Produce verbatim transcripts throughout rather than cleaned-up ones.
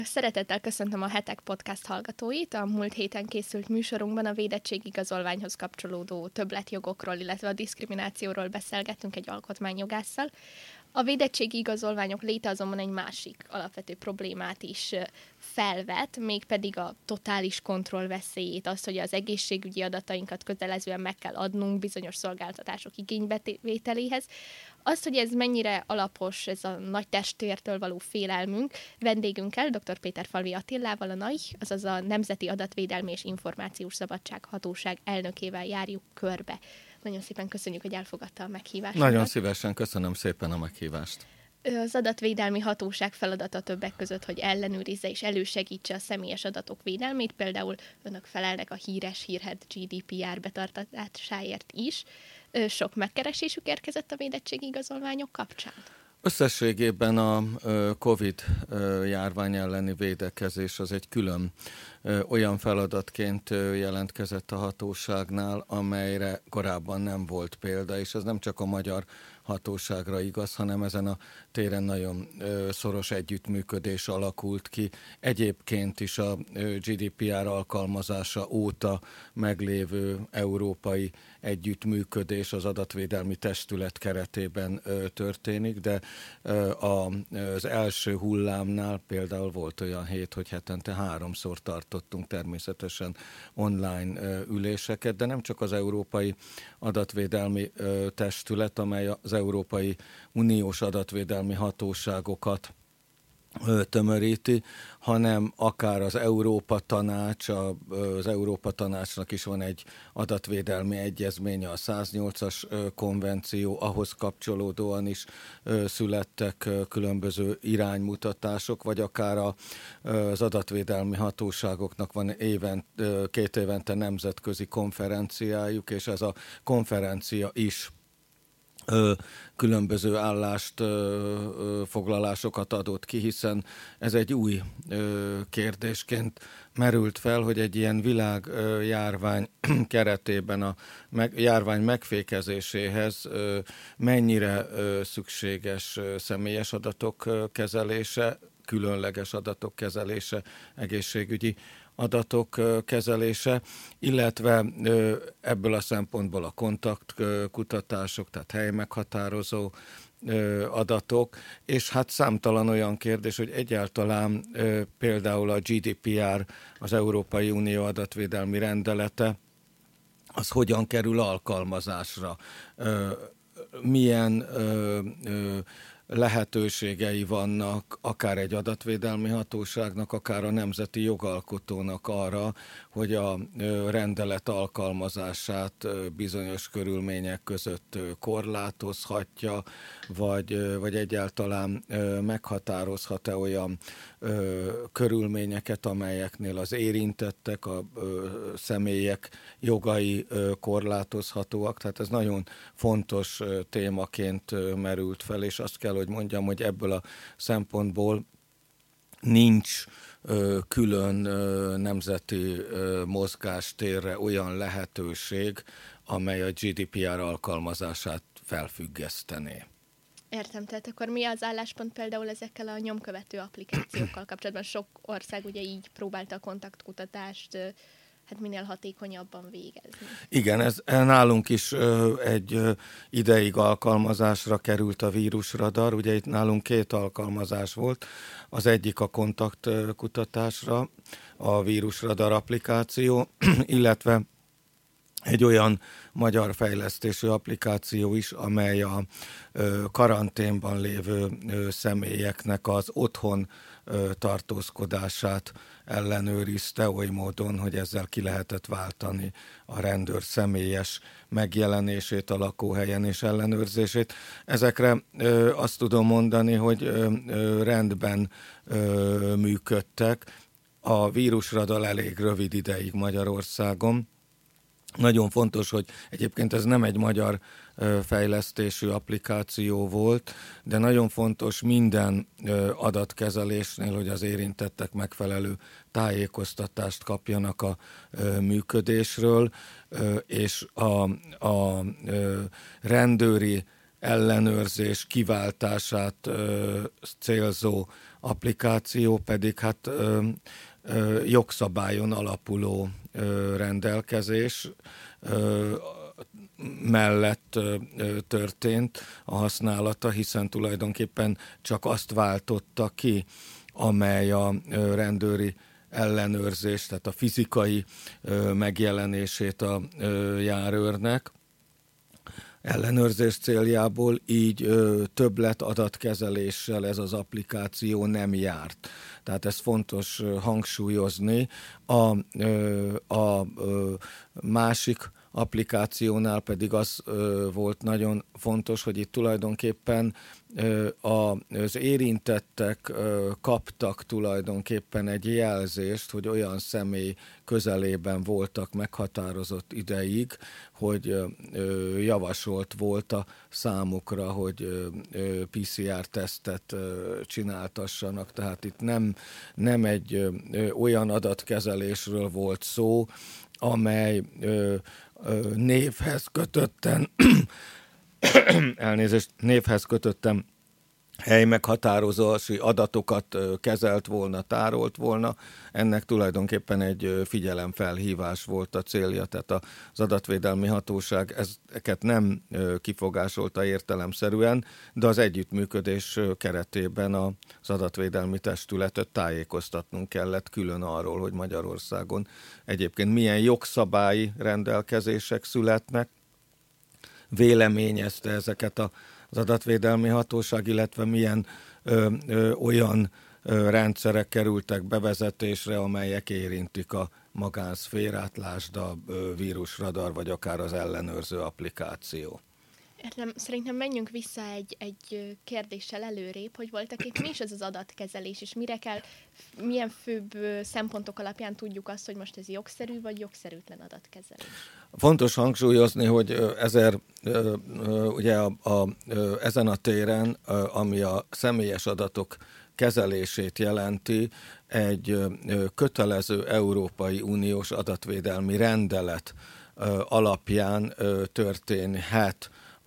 Szeretettel köszöntöm a Hetek Podcast hallgatóit. A múlt héten készült műsorunkban a védettségigazolványhoz kapcsolódó többletjogokról, illetve a diszkriminációról beszélgettünk egy alkotmányjogásszal. A védettségigazolványok léte azonban egy másik alapvető problémát is felvet, mégpedig a totális kontroll veszélyét, azt, hogy az egészségügyi adatainkat kötelezően meg kell adnunk bizonyos szolgáltatások igénybevételéhez. Azt, hogy ez mennyire alapos, ez a nagy testvértől való félelmünk, vendégünkkel, dr. Péter Falvi Attilával, a NAIH, azaz a Nemzeti Adatvédelmi és Információs Szabadság Hatóság elnökével járjuk körbe. Nagyon szépen köszönjük, hogy elfogadta a meghívást. Nagyon szívesen, köszönöm szépen a meghívást. Az adatvédelmi hatóság feladata többek között, hogy ellenőrizze és elősegítse a személyes adatok védelmét, például önök felelnek a híres hírhedt gé dé pé er betartatásáért is. Sok megkeresésük érkezett a védettségigazolványok kapcsán? Összességében a Covid járvány elleni védekezés az egy külön olyan feladatként jelentkezett a hatóságnál, amelyre korábban nem volt példa, és ez nem csak a magyar hatóságra igaz, hanem ezen a téren nagyon szoros együttműködés alakult ki. Egyébként is a gé dé pé er alkalmazása óta meglévő európai együttműködés az adatvédelmi testület keretében történik, de az első hullámnál például volt olyan hét, hogy hetente háromszor tartottunk természetesen online üléseket, de nem csak az európai adatvédelmi testület, amely az Európai Uniós adatvédelmi hatóságokat tömöríti, hanem akár az Európa Tanács, az Európa Tanácsnak is van egy adatvédelmi egyezménye, a száznyolcas konvenció, ahhoz kapcsolódóan is születtek különböző iránymutatások, vagy akár az adatvédelmi hatóságoknak van éven, két évente nemzetközi konferenciájuk, és ez a konferencia is különböző állást, foglalásokat adott ki, hiszen ez egy új kérdésként merült fel, hogy egy ilyen világjárvány keretében a járvány megfékezéséhez mennyire szükséges személyes adatok kezelése, különleges adatok kezelése, egészségügyi adatok kezelése, illetve ebből a szempontból a kontaktkutatások, tehát helymeghatározó adatok, és hát számtalan olyan kérdés, hogy egyáltalán például a gé dé pé er, az Európai Unió adatvédelmi rendelete, az hogyan kerül alkalmazásra, milyen lehetőségei vannak akár egy adatvédelmi hatóságnak, akár a nemzeti jogalkotónak arra, hogy a rendelet alkalmazását bizonyos körülmények között korlátozhatja, vagy, vagy egyáltalán meghatározhat-e olyan körülményeket, amelyeknél az érintettek, a személyek jogai korlátozhatóak. Tehát ez nagyon fontos témaként merült fel, és azt kell, hogy mondjam, hogy ebből a szempontból nincs külön nemzeti mozgástérre olyan lehetőség, amely a gé dé pé er alkalmazását felfüggesztené. Értem, tehát akkor mi az álláspont például ezekkel a nyomkövető applikációkkal kapcsolatban? Sok ország ugye így próbálta a kontaktkutatást hát minél hatékonyabban végezni. Igen, ez nálunk is egy ideig alkalmazásra került a vírusradar. Ugye itt nálunk két alkalmazás volt. Az egyik a kontaktkutatásra, a vírusradar applikáció, illetve egy olyan magyar fejlesztésű applikáció is, amely a karanténban lévő személyeknek az otthon tartózkodását ellenőrizte oly módon, hogy ezzel ki lehetett váltani a rendőr személyes megjelenését a lakóhelyen és ellenőrzését. Ezekre ö, azt tudom mondani, hogy ö, ö, rendben ö, működtek. A vírusradar elég rövid ideig Magyarországon. Nagyon fontos, hogy egyébként ez nem egy magyar fejlesztésű applikáció volt, de nagyon fontos minden adatkezelésnél, hogy az érintettek megfelelő tájékoztatást kapjanak a működésről, és a, a rendőri ellenőrzés kiváltását célzó applikáció pedig hát ö, ö, jogszabályon alapuló ö, rendelkezés ö, mellett ö, ö, történt a használata, hiszen tulajdonképpen csak azt váltotta ki, amely a ö, rendőri ellenőrzés, tehát a fizikai ö, megjelenését a ö, járőrnek ellenőrzés céljából, így ö, többlet adatkezeléssel ez az applikáció nem járt. Tehát ez fontos ö, hangsúlyozni. A, ö, a ö, másik applikációnál pedig az ö, volt nagyon fontos, hogy itt tulajdonképpen ö, a, az érintettek ö, kaptak tulajdonképpen egy jelzést, hogy olyan személy közelében voltak meghatározott ideig, hogy ö, javasolt volt a számukra, hogy ö, ö, pé cé er-tesztet ö, csináltassanak. Tehát itt nem, nem egy ö, olyan adatkezelésről volt szó, amely ö, ö, névhez kötötten elnézést, névhez kötöttem helymeghatározási adatokat kezelt volna, tárolt volna. Ennek tulajdonképpen egy figyelemfelhívás volt a célja, tehát az adatvédelmi hatóság ezeket nem kifogásolta értelemszerűen, de az együttműködés keretében az adatvédelmi testületet tájékoztatnunk kellett külön arról, hogy Magyarországon egyébként milyen jogszabályi rendelkezések születnek, véleményezte ezeket a az adatvédelmi hatóság, illetve milyen ö, ö, olyan ö, rendszerek kerültek bevezetésre, amelyek érintik a magánszférát, lásd a ö, vírusradar, vagy akár az ellenőrző applikáció. Értem, szerintem menjünk vissza egy, egy kérdéssel előrébb, hogy voltak itt mi is ez az adatkezelés, és mire kell, milyen főbb szempontok alapján tudjuk azt, hogy most ez jogszerű vagy jogszerűtlen adatkezelés. Fontos hangsúlyozni, hogy ezer, ugye a, a, ezen a téren, ami a személyes adatok kezelését jelenti, egy kötelező Európai Uniós adatvédelmi rendelet alapján történhet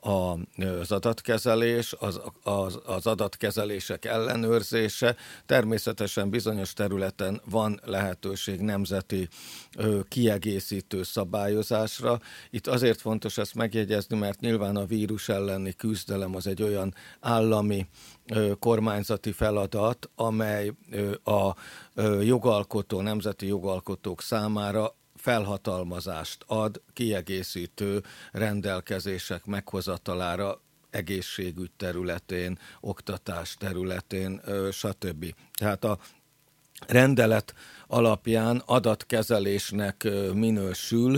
az adatkezelés, az, az, az adatkezelések ellenőrzése. Természetesen bizonyos területen van lehetőség nemzeti ö, kiegészítő szabályozásra. Itt azért fontos ezt megjegyezni, mert nyilván a vírus elleni küzdelem az egy olyan állami ö, kormányzati feladat, amely ö, a ö, jogalkotó, nemzeti jogalkotók számára felhatalmazást ad kiegészítő rendelkezések meghozatalára egészségügy területén, oktatás területén, stb. Tehát a rendelet alapján adatkezelésnek minősül,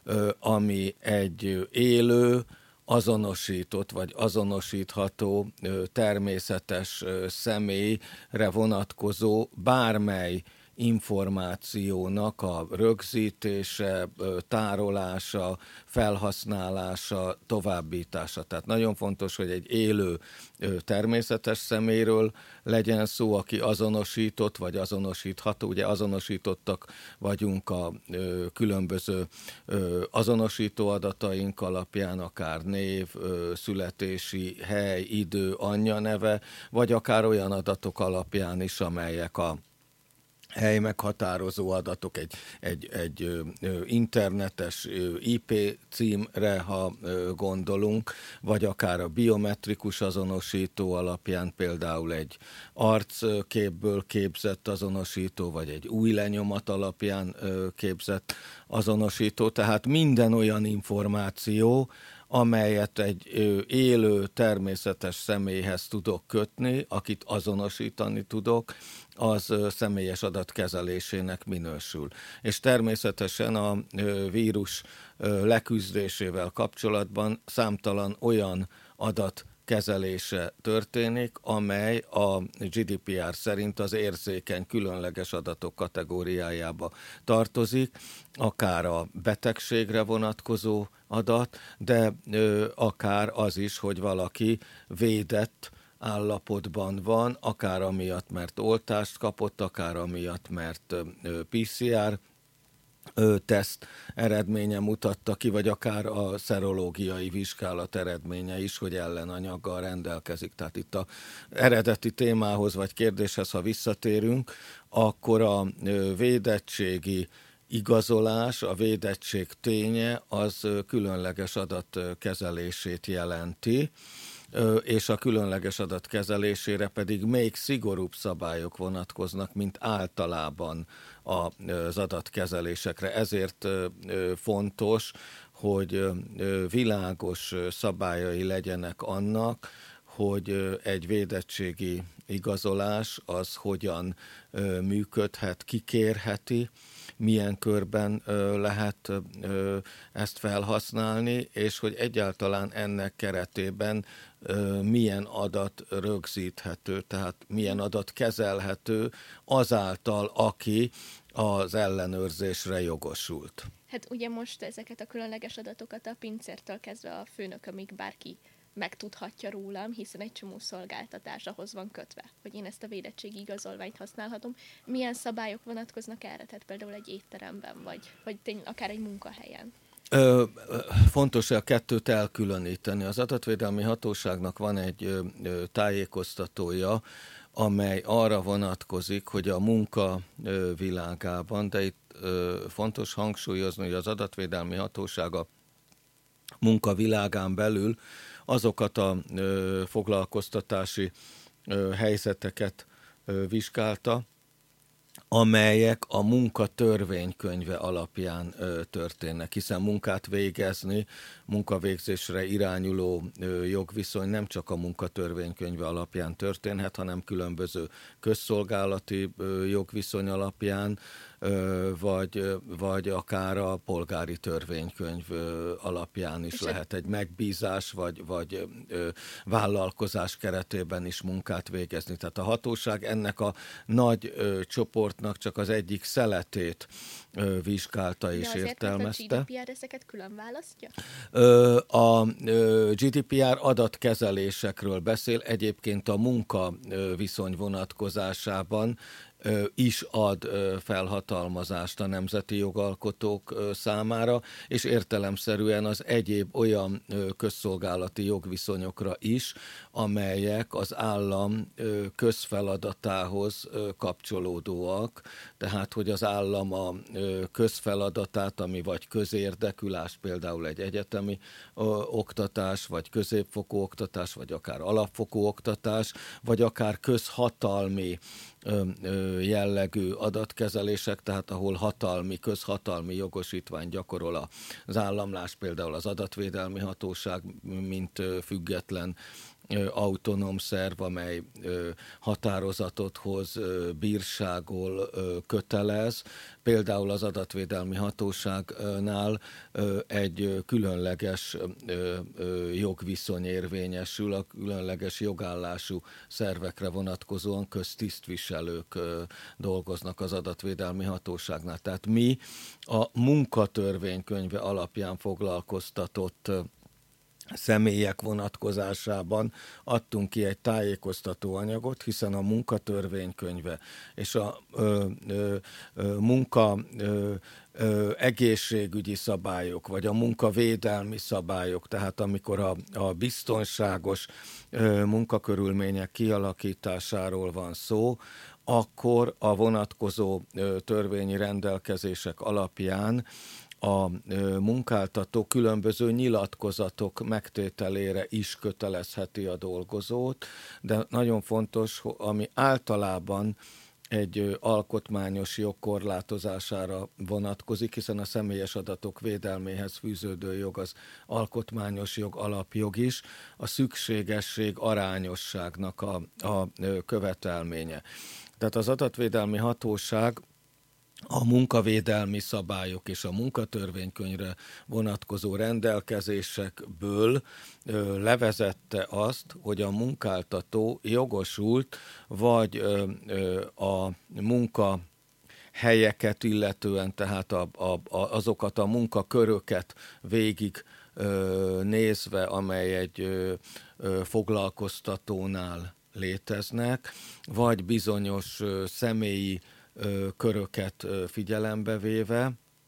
ami egy élő, azonosított vagy azonosítható természetes személyre vonatkozó bármely információnak a rögzítése, tárolása, felhasználása, továbbítása. Tehát nagyon fontos, hogy egy élő természetes személyről legyen szó, aki azonosított vagy azonosítható. Ugye azonosítottak vagyunk a különböző azonosító adataink alapján, akár név, születési hely, idő, anyja neve, vagy akár olyan adatok alapján is, amelyek a hely meghatározó adatok, egy, egy, egy ö, internetes ö, i pé címre, ha ö, gondolunk, vagy akár a biometrikus azonosító alapján, például egy arcképből képzett azonosító, vagy egy új lenyomat alapján ö, képzett azonosító. Tehát minden olyan információ, amelyet egy élő, természetes személyhez tudok kötni, akit azonosítani tudok, az személyes adatkezelésének minősül. És természetesen a vírus leküzdésével kapcsolatban számtalan olyan adat kezelése történik, amely a gé dé pé er szerint az érzékeny, különleges adatok kategóriájába tartozik, akár a betegségre vonatkozó adat, de ö, akár az is, hogy valaki védett állapotban van, akár amiatt, mert oltást kapott, akár amiatt, mert ö, pé cé er teszt eredménye mutatta ki, vagy akár a szerológiai vizsgálat eredménye is, hogy ellenanyaggal rendelkezik. Tehát itt az eredeti témához vagy kérdéshez, ha visszatérünk, akkor a védettségi igazolás, a védettség ténye az különleges adat kezelését jelenti, és a különleges adat kezelésére pedig még szigorúbb szabályok vonatkoznak, mint általában az adatkezelésekre. Ezért fontos, hogy világos szabályai legyenek annak, hogy egy védettségi igazolás az hogyan működhet, kikérheti, milyen körben lehet ezt felhasználni, és hogy egyáltalán ennek keretében milyen adat rögzíthető, tehát milyen adat kezelhető azáltal, aki az ellenőrzésre jogosult. Hát ugye most ezeket a különleges adatokat a pincértől kezdve a főnökömig bárki megtudhatja rólam, hiszen egy csomó szolgáltatás ahhoz van kötve, hogy én ezt a védettségi igazolványt használhatom. Milyen szabályok vonatkoznak erre, tehát például egy étteremben, vagy, vagy tényleg akár egy munkahelyen? Ö, fontos a kettőt elkülöníteni. Az adatvédelmi hatóságnak van egy ö, tájékoztatója, amely arra vonatkozik, hogy a munka ö, világában, de itt ö, fontos hangsúlyozni, hogy az adatvédelmi hatóság a munka világán belül azokat a ö, foglalkoztatási ö, helyzeteket ö, vizsgálta, amelyek a munka törvénykönyve alapján ö, történnek, hiszen munkát végezni, munkavégzésre irányuló ö, jogviszony nem csak a munkatörvénykönyve alapján történhet, hanem különböző közszolgálati ö, jogviszony alapján, ö, vagy, vagy akár a polgári törvénykönyv ö, alapján is És lehet egy megbízás, vagy, vagy ö, vállalkozás keretében is munkát végezni. Tehát a hatóság ennek a nagy ö, csoportnak csak az egyik szeletét ö, vizsgálta és De értelmezte. A gé dé pé er ezeket külön választja? Ö, a ö, gé dé pé er adatkezelésekről beszél, egyébként a munka ö, viszony vonatkozásában is ad felhatalmazást a nemzeti jogalkotók számára, és értelemszerűen az egyéb olyan közszolgálati jogviszonyokra is, amelyek az állam közfeladatához kapcsolódóak, tehát hogy az állam a közfeladatát, ami vagy közérdekű, lásd például egy egyetemi oktatás, vagy középfokú oktatás, vagy akár alapfokú oktatás, vagy akár közhatalmi jellegű adatkezelések, tehát ahol hatalmi, közhatalmi jogosítvány gyakorol az államlás, például az adatvédelmi hatóság, mint független autonóm szerv, amely határozatot hoz, bírságol, kötelez. Például az adatvédelmi hatóságnál egy különleges jogviszony érvényesül, a különleges jogállású szervekre vonatkozóan köztisztviselők dolgoznak az adatvédelmi hatóságnál. Tehát mi a munkatörvénykönyve alapján foglalkoztatott személyek vonatkozásában adtunk ki egy tájékoztató anyagot, hiszen a munkatörvénykönyve és a ö, ö, ö, munka ö, ö, egészségügyi szabályok, vagy a munkavédelmi szabályok, tehát amikor a, a biztonságos ö, munkakörülmények kialakításáról van szó, akkor a vonatkozó ö, törvényi rendelkezések alapján a munkáltató különböző nyilatkozatok megtételére is kötelezheti a dolgozót, de nagyon fontos, ami általában egy alkotmányos jog korlátozására vonatkozik, hiszen a személyes adatok védelméhez fűződő jog az alkotmányos jog, alapjog is, a szükségesség, arányosságnak a, a követelménye. Tehát az adatvédelmi hatóság a munkavédelmi szabályok és a munkatörvénykönyvre vonatkozó rendelkezésekből ö, levezette azt, hogy a munkáltató jogosult, vagy ö, ö, a munka helyeket illetően, tehát a, a, a, azokat a munkaköröket végig ö, nézve, amely egy ö, ö, foglalkoztatónál léteznek, vagy bizonyos ö, személyi köröket figyelembe véve,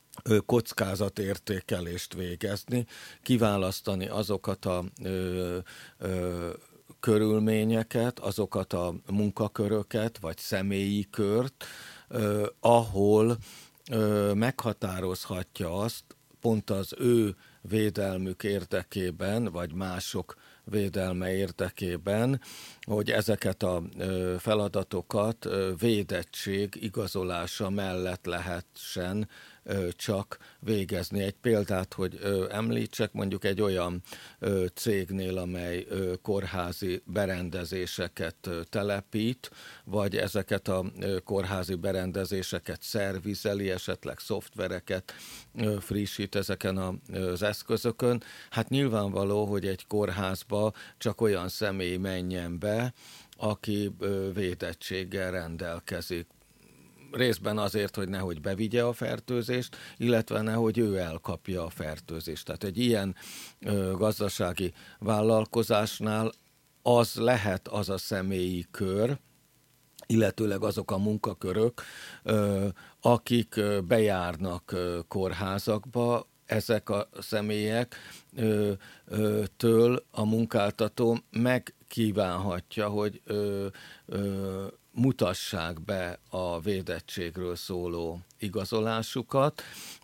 kockázatértékelést végezni, kiválasztani azokat a ö, ö, körülményeket, azokat a munkaköröket, vagy személyi kört, ö, ahol ö, meghatározhatja azt, pont az ő védelmük érdekében, vagy mások védelme érdekében, hogy ezeket a feladatokat védettség igazolása mellett lehessen csak végezni. Egy példát, hogy említsek, mondjuk egy olyan cégnél, amely kórházi berendezéseket telepít, vagy ezeket a kórházi berendezéseket szervizeli, esetleg szoftvereket frissít ezeken az eszközökön. Hát nyilvánvaló, hogy egy kórházba csak olyan személy menjen be, aki védettséggel rendelkezik. Részben azért, hogy nehogy bevigye a fertőzést, illetve nehogy ő elkapja a fertőzést. Tehát egy ilyen ö, gazdasági vállalkozásnál az lehet az a személyi kör, illetőleg azok a munkakörök, ö, akik ö, bejárnak ö, kórházakba, ezek a személyek ö, ö, től a munkáltató megkívánhatja, hogy ö, ö, mutassák be a védettségről szóló igazolásukat,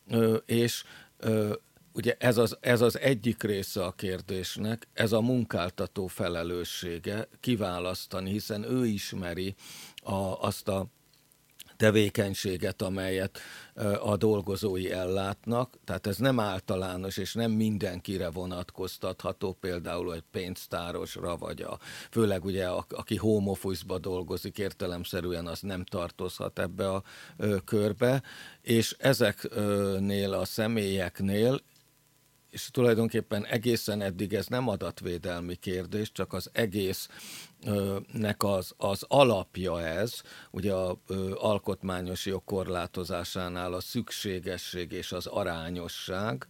és ugye ez az, ez az egyik része a kérdésnek, ez a munkáltató felelőssége kiválasztani, hiszen ő ismeri a, azt a tevékenységet, amelyet a dolgozói ellátnak, tehát ez nem általános és nem mindenkire vonatkoztatható, például egy pénztárosra, vagy a, főleg ugye a, aki home office-ba dolgozik, értelemszerűen az nem tartozhat ebbe a ö, körbe, és ezeknél a személyeknél, és tulajdonképpen egészen eddig ez nem adatvédelmi kérdés, csak az egésznek az, az alapja ez, ugye az alkotmányos jog korlátozásánál a szükségesség és az arányosság,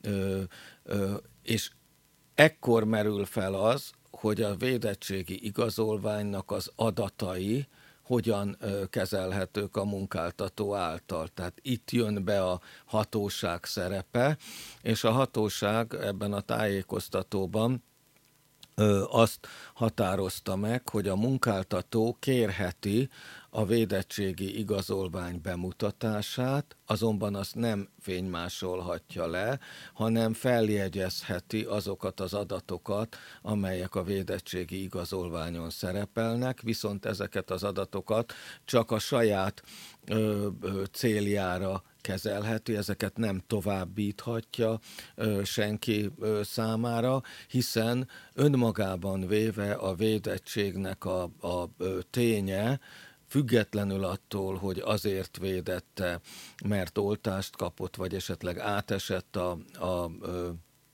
és ekkor merül fel az, hogy a védettségi igazolványnak az adatai hogyan kezelhetők a munkáltató által. Tehát itt jön be a hatóság szerepe, és a hatóság ebben a tájékoztatóban azt határozta meg, hogy a munkáltató kérheti a védettségi igazolvány bemutatását, azonban azt nem fénymásolhatja le, hanem feljegyezheti azokat az adatokat, amelyek a védettségi igazolványon szerepelnek, viszont ezeket az adatokat csak a saját ö, ö, céljára kezelheti, ezeket nem továbbíthatja ö, senki ö, számára, hiszen önmagában véve a védettségnek a, a ö, ténye, függetlenül attól, hogy azért védette, mert oltást kapott, vagy esetleg átesett a, a ö,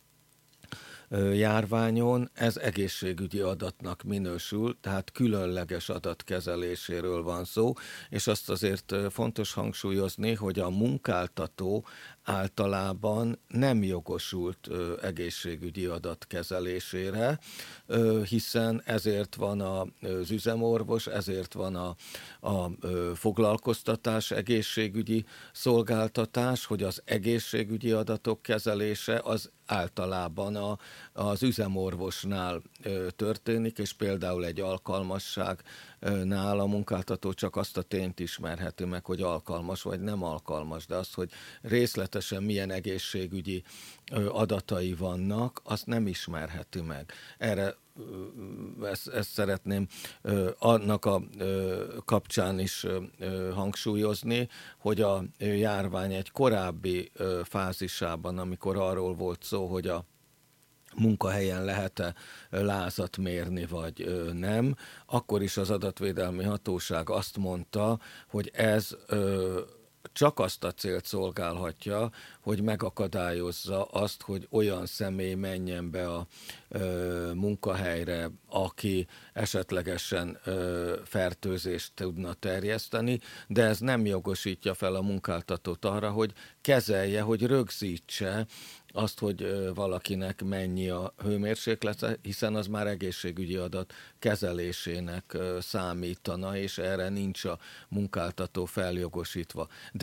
járványon, ez egészségügyi adatnak minősül, tehát különleges adatkezeléséről van szó, és azt azért fontos hangsúlyozni, hogy a munkáltató általában nem jogosult ö, egészségügyi adat kezelésére, ö, hiszen ezért van a, az üzemorvos, ezért van a, a ö, foglalkoztatás egészségügyi szolgáltatás, hogy az egészségügyi adatok kezelése az általában a, az üzemorvosnál ö, történik, és például egy alkalmasságnál a munkáltató csak azt a tényt ismerheti meg, hogy alkalmas vagy nem alkalmas, de az, hogy részletesen milyen egészségügyi ö, adatai vannak, azt nem ismerheti meg. Erre Ezt, ezt szeretném ö, annak a ö, kapcsán is ö, hangsúlyozni, hogy a járvány egy korábbi ö, fázisában, amikor arról volt szó, hogy a munkahelyen lehet-e lázat mérni, vagy ö, nem, akkor is az adatvédelmi hatóság azt mondta, hogy ez ö, csak azt a célt szolgálhatja, hogy megakadályozza azt, hogy olyan személy menjen be a ö, munkahelyre, aki esetlegesen ö, fertőzést tudna terjeszteni, de ez nem jogosítja fel a munkáltatót arra, hogy kezelje, hogy rögzítse azt, hogy valakinek mennyi a hőmérséklete, hiszen az már egészségügyi adat kezelésének számítana, és erre nincs a munkáltató feljogosítva. De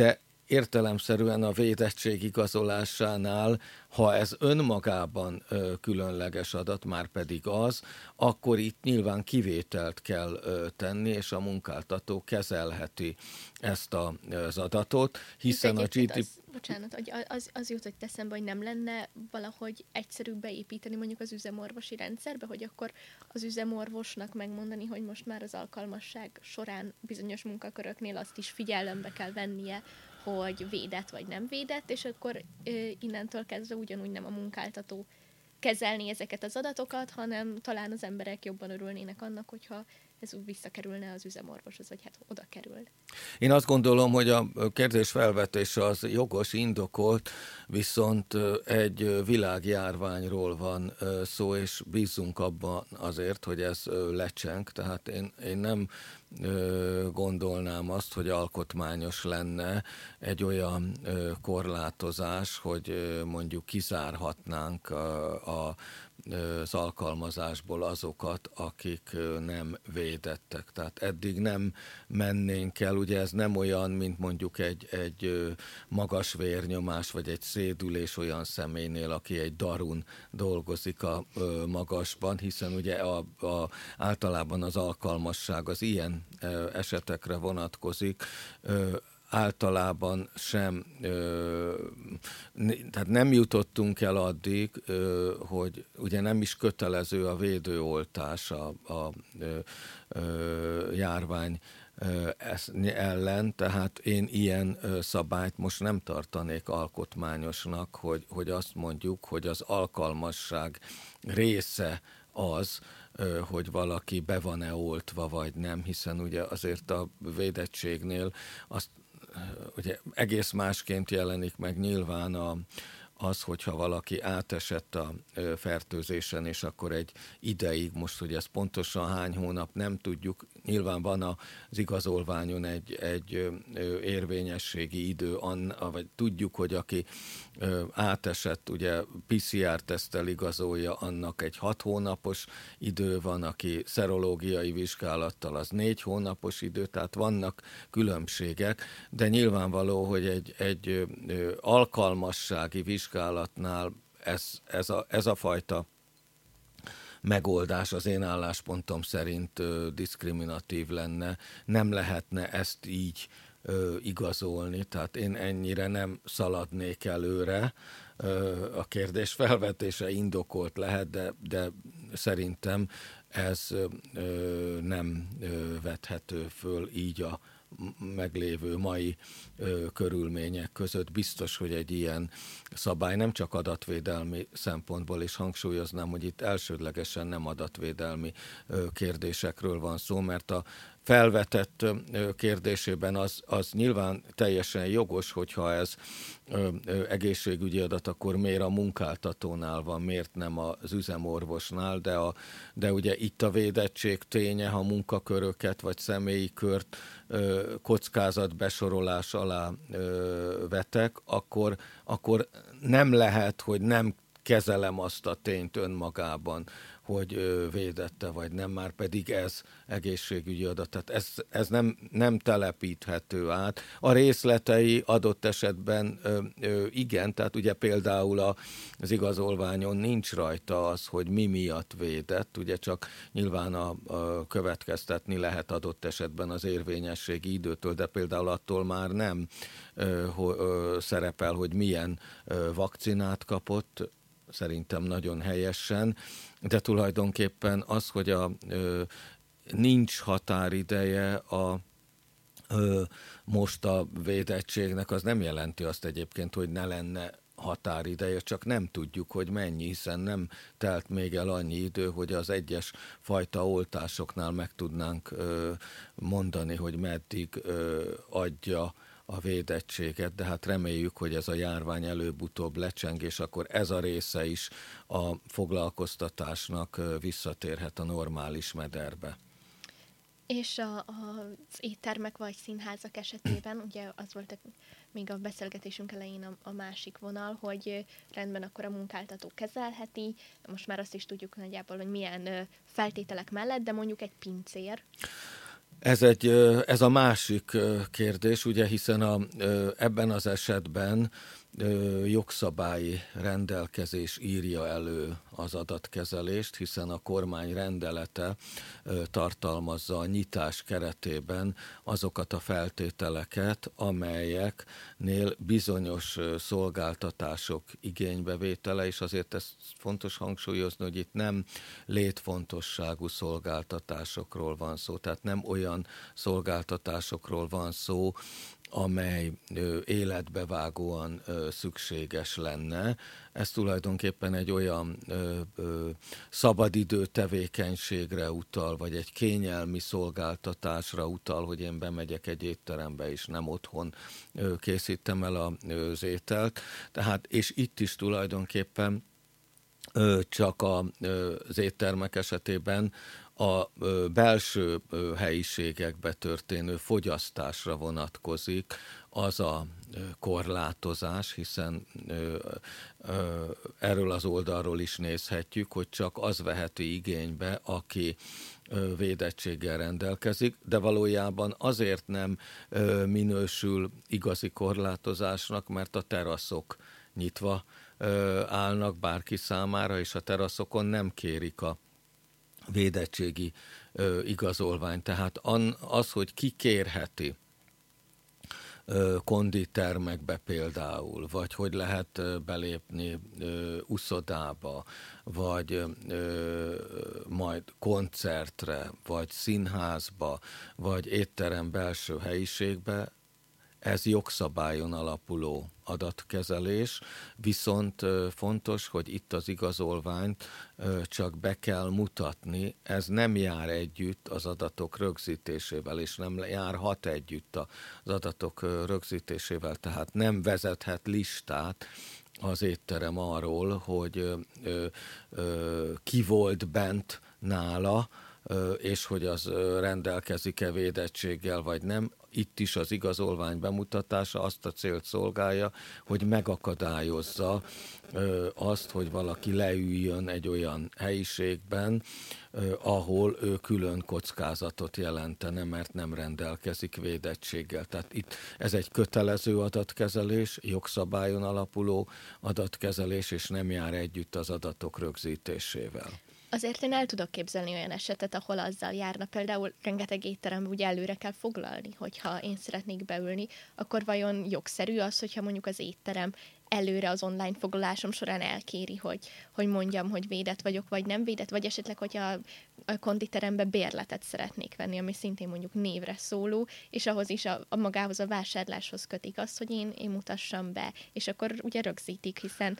értelemszerűen a védettség igazolásánál, ha ez önmagában ö, különleges adat, már pedig az, akkor itt nyilván kivételt kell ö, tenni, és a munkáltató kezelheti ezt a, az adatot, hiszen a gé dé pé... Az, bocsánat, az, az jut, hogy teszembe, hogy nem lenne valahogy egyszerűbb beépíteni mondjuk az üzemorvosi rendszerbe, hogy akkor az üzemorvosnak megmondani, hogy most már az alkalmasság során bizonyos munkaköröknél azt is figyelembe kell vennie, hogy védett vagy nem védett, és akkor innentől kezdve ugyanúgy nem a munkáltató kezelni ezeket az adatokat, hanem talán az emberek jobban örülnének annak, hogyha ez úgy visszakerülne az üzemorvoshoz, vagy hát oda kerül. Én azt gondolom, hogy a kérdés felvetése az jogos, indokolt, viszont egy világjárványról van szó, és bízunk abban azért, hogy ez lecseng. Tehát én, én nem gondolnám azt, hogy alkotmányos lenne egy olyan korlátozás, hogy mondjuk kizárhatnánk a, a az alkalmazásból azokat, akik nem védettek. Tehát eddig nem mennénk el, ugye ez nem olyan, mint mondjuk egy, egy magas vérnyomás, vagy egy szédülés olyan személynél, aki egy darun dolgozik a magasban, hiszen ugye a, a, általában az alkalmasság az ilyen esetekre vonatkozik, általában sem, ö, tehát nem jutottunk el addig, ö, hogy ugye nem is kötelező a védőoltás a, a ö, ö, járvány ö, ellen, tehát én ilyen ö, szabályt most nem tartanék alkotmányosnak, hogy, hogy azt mondjuk, hogy az alkalmasság része az, hogy valaki be van-e oltva, vagy nem, hiszen ugye azért a védettségnél azt ugye egész másként jelenik meg nyilván a, az, hogyha valaki átesett a fertőzésen, és akkor egy ideig, most hogy ez pontosan hány hónap, nem tudjuk, nyilván van az igazolványon egy, egy érvényességi idő, vagy tudjuk, hogy aki átesett, ugye pé cé er-teszttel igazolja, annak egy hat hónapos idő van, aki szerológiai vizsgálattal az négy hónapos idő, tehát vannak különbségek, de nyilvánvaló, hogy egy, egy alkalmassági vizsgálatnál ez, ez, a, ez a fajta megoldás az én álláspontom szerint ö, diszkriminatív lenne, nem lehetne ezt így ö, igazolni, tehát én ennyire nem szaladnék előre. Ö, a kérdés felvetése indokolt lehet, de, de szerintem ez ö, nem ö, vethető föl így a meglévő mai ö, körülmények között. Biztos, hogy egy ilyen szabály nem csak adatvédelmi szempontból, és hangsúlyoznám, hogy itt elsődlegesen nem adatvédelmi ö, kérdésekről van szó, mert a felvetett ö, kérdésében az, az nyilván teljesen jogos, hogyha ez ö, ö, egészségügyi adat, akkor miért a munkáltatónál van, miért nem az üzemorvosnál, de, a, de ugye itt a védettség ténye, ha munkaköröket vagy személyi kört ö, kockázatbesorolás alá ö, vetek, akkor, akkor nem lehet, hogy nem kezelem azt a tényt önmagában, hogy védette vagy nem, már pedig ez egészségügyi adat. Tehát ez, ez nem, nem telepíthető át. A részletei adott esetben ö, ö, igen, tehát ugye például a, az igazolványon nincs rajta az, hogy mi miatt védett, ugye csak nyilván a, a következtetni lehet adott esetben az érvényességi időtől, de például attól már nem ö, ö, szerepel, hogy milyen ö, vakcinát kapott, szerintem nagyon helyesen, de tulajdonképpen az, hogy a, ö, nincs határideje a ö, most a védettségnek, az nem jelenti azt egyébként, hogy ne lenne határideje, csak nem tudjuk, hogy mennyi, hiszen nem telt még el annyi idő, hogy az egyes fajta oltásoknál meg tudnánk ö, mondani, hogy meddig ö, adja a védettséget, de hát reméljük, hogy ez a járvány előbb-utóbb lecseng, és akkor ez a része is a foglalkoztatásnak visszatérhet a normális mederbe. És a, a, az éttermek vagy színházak esetében, ugye az volt a, még a beszélgetésünk elején a, a másik vonal, hogy rendben akkor a munkáltató kezelheti, most már azt is tudjuk nagyjából, hogy milyen feltételek mellett, de mondjuk egy pincér. Ez, egy, ez a másik kérdés, ugye, hiszen a, ebben az esetben jogszabályi rendelkezés írja elő az adatkezelést, hiszen a kormány rendelete tartalmazza a nyitás keretében azokat a feltételeket, amelyeknél bizonyos szolgáltatások igénybevétele, és azért ezt fontos hangsúlyozni, hogy itt nem létfontosságú szolgáltatásokról van szó, tehát nem olyan szolgáltatásokról van szó, amely ö, életbevágóan ö, szükséges lenne. Ez tulajdonképpen egy olyan ö, ö, szabadidő tevékenységre utal, vagy egy kényelmi szolgáltatásra utal, hogy én bemegyek egy étterembe, és nem otthon ö, készítem el a, ö, az ételt. Tehát, és itt is tulajdonképpen ö, csak a, ö, az éttermek esetében a belső helyiségekbe történő fogyasztásra vonatkozik az a korlátozás, hiszen erről az oldalról is nézhetjük, hogy csak az veheti igénybe, aki védettséggel rendelkezik, de valójában azért nem minősül igazi korlátozásnak, mert a teraszok nyitva állnak bárki számára, és a teraszokon nem kérik a védettségi ö, igazolvány. Tehát an, az, hogy ki kérheti ö, konditermekbe például, vagy hogy lehet ö, belépni ö, uszodába, vagy ö, majd koncertre, vagy színházba, vagy étterem belső helyiségbe, ez jogszabályon alapuló adatkezelés, viszont fontos, hogy itt az igazolványt csak be kell mutatni, ez nem jár együtt az adatok rögzítésével, és nem járhat együtt az adatok rögzítésével, tehát nem vezethet listát az étterem arról, hogy ö, ö, ki volt bent nála, és hogy az rendelkezik-e védettséggel, vagy nem. Itt is az igazolvány bemutatása azt a célt szolgálja, hogy megakadályozza azt, hogy valaki leüljön egy olyan helyiségben, ahol ő külön kockázatot jelentene, mert nem rendelkezik védettséggel. Tehát itt ez egy kötelező adatkezelés, jogszabályon alapuló adatkezelés, és nem jár együtt az adatok rögzítésével. Azért én el tudok képzelni olyan esetet, ahol azzal járna, például rengeteg étteremben ugye előre kell foglalni, hogyha én szeretnék beülni, akkor vajon jogszerű az, hogyha mondjuk az étterem előre az online foglalásom során elkéri, hogy, hogy mondjam, hogy védett vagyok, vagy nem védett, vagy esetleg, hogyha a konditerembe bérletet szeretnék venni, ami szintén mondjuk névre szóló, és ahhoz is a, a magához a vásárláshoz kötik azt, hogy én, én mutassam be, és akkor ugye rögzítik, hiszen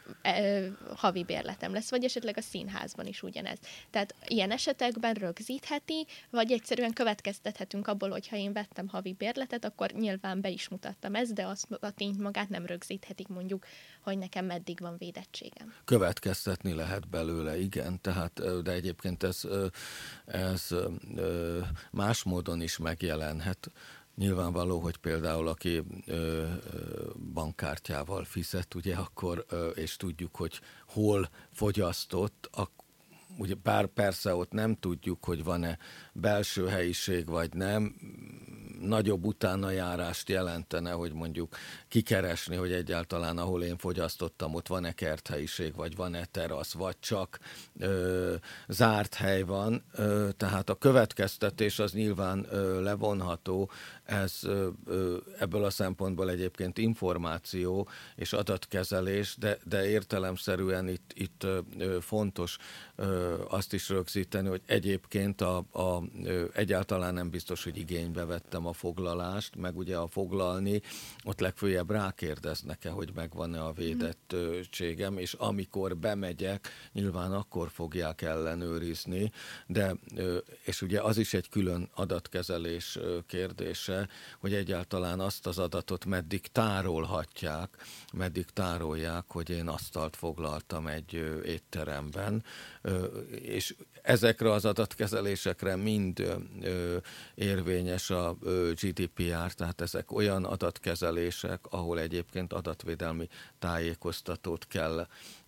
havi bérletem lesz, vagy esetleg a színházban is ugyanez. Tehát ilyen esetekben rögzítheti, vagy egyszerűen következtethetünk abból, hogy ha én vettem havi bérletet, akkor nyilván be is mutattam ezt, de azt a tényt magát nem rögzíthetik mondjuk, hogy nekem meddig van védettségem. Következtetni lehet belőle, igen, tehát, de egyébként ez, ez más módon is megjelenhet. Nyilvánvaló, hogy például aki ö, bankkártyával fizet, ugye akkor, ö, és tudjuk, hogy hol fogyasztott, ak- ugye bár persze ott nem tudjuk, hogy van-e belső helyiség, vagy nem, nagyobb utánajárást jelentene, hogy mondjuk kikeresni, hogy egyáltalán ahol én fogyasztottam, ott van-e kerthelyiség, vagy van-e terasz, vagy csak ö, zárt hely van. Ö, tehát a következtetés az nyilván ö, levonható, ez ö, ö, ebből a szempontból egyébként információ és adatkezelés, de, de értelemszerűen itt, itt ö, fontos ö, azt is rögzíteni, hogy egyébként a, a, ö, egyáltalán nem biztos, hogy igénybe vettem a foglalást, meg ugye a foglalni, ott legfőjebb rákérdeznek-e, hogy megvan-e a védettségem, és amikor bemegyek, nyilván akkor fogják ellenőrizni, de, és ugye az is egy külön adatkezelés kérdése, hogy egyáltalán azt az adatot meddig tárolhatják, meddig tárolják, hogy én asztalt foglaltam egy étteremben, és ezekre az adatkezelésekre mind érvényes a gé dé pé er, tehát ezek olyan adatkezelések, ahol egyébként adatvédelmi tájékoztatót kell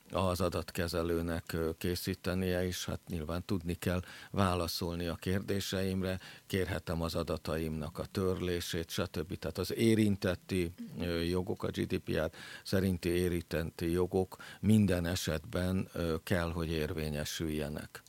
az adatkezelőnek készítenie, és hát nyilván tudni kell válaszolni a kérdéseimre, kérhetem az adataimnak a törlését, stb. Tehát az érintetti jogok, a gé dé pé er szerinti érintetti jogok minden esetben kell, hogy érvényesüljenek.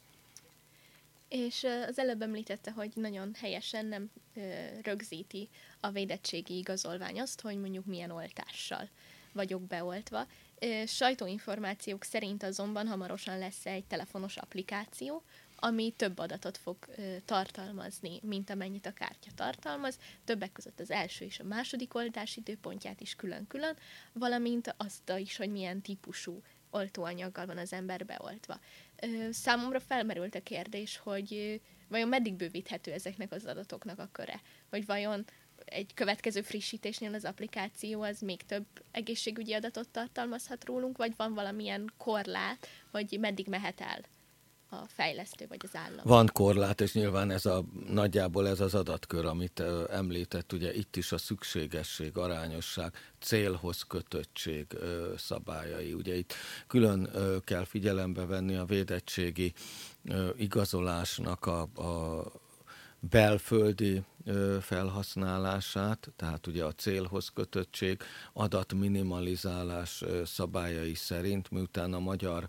És az előbb említette, hogy nagyon helyesen nem rögzíti a védettségi igazolvány azt, hogy mondjuk milyen oltással vagyok beoltva. Sajtóinformációk szerint azonban hamarosan lesz egy telefonos applikáció, ami több adatot fog tartalmazni, mint amennyit a kártya tartalmaz, többek között az első és a második oltás időpontját is külön-külön, valamint azt is, hogy milyen típusú oltóanyaggal van az ember beoltva. Számomra felmerült a kérdés, hogy vajon meddig bővíthető ezeknek az adatoknak a köre? Hogy vajon egy következő frissítésnél az applikáció az még több egészségügyi adatot tartalmazhat rólunk, vagy van valamilyen korlát, hogy meddig mehet el a fejlesztő vagy az állam? Van korlát, és nyilván ez a, nagyjából ez az adatkör, amit említett, ugye itt is a szükségesség, arányosság, célhoz kötöttség szabályai. Ugye itt külön kell figyelembe venni a védettségi igazolásnak a, a belföldi felhasználását, tehát ugye a célhoz kötöttség, adatminimalizálás szabályai szerint, miután a magyar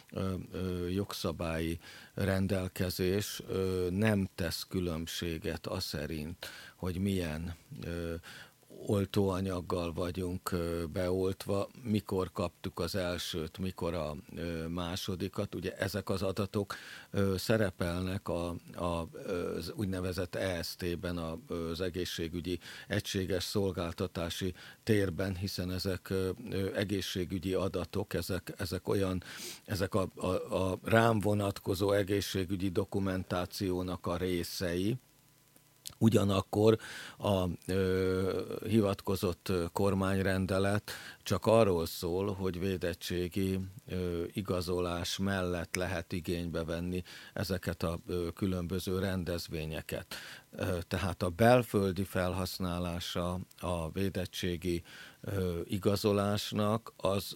jogszabályi rendelkezés nem tesz különbséget az szerint, hogy milyen oltóanyaggal vagyunk beoltva, mikor kaptuk az elsőt, mikor a másodikat. Ugye ezek az adatok szerepelnek a, a, az úgynevezett E S T-ben, az egészségügyi egységes szolgáltatási térben, hiszen ezek egészségügyi adatok, ezek, ezek olyan, ezek a, a, a rám vonatkozó egészségügyi dokumentációnak a részei. Ugyanakkor a ö, hivatkozott kormányrendelet csak arról szól, hogy védettségi ö, igazolás mellett lehet igénybe venni ezeket a ö, különböző rendezvényeket. Ö, tehát a belföldi felhasználása a védettségi ö, igazolásnak az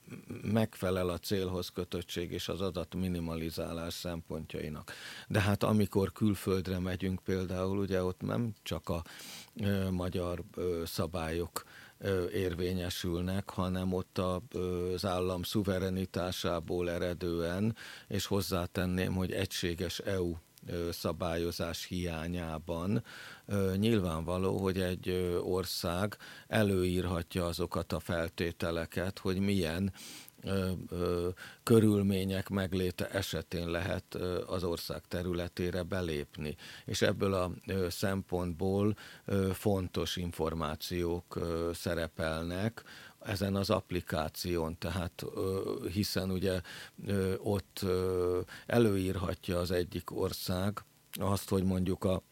megfelel a célhoz kötöttség és az adat minimalizálás szempontjainak. De hát amikor külföldre megyünk például, ugye ott nem csak a ö, magyar ö, szabályok ö, érvényesülnek, hanem ott a, ö, az állam szuverenitásából eredően, és hozzátenném, hogy egységes é u szabályozás hiányában nyilvánvaló, hogy egy ország előírhatja azokat a feltételeket, hogy milyen ö, ö, körülmények megléte esetén lehet ö, az ország területére belépni. És ebből a ö, szempontból ö, fontos információk ö, szerepelnek ezen az applikáción, tehát hiszen ugye ott előírhatja az egyik ország azt, hogy mondjuk a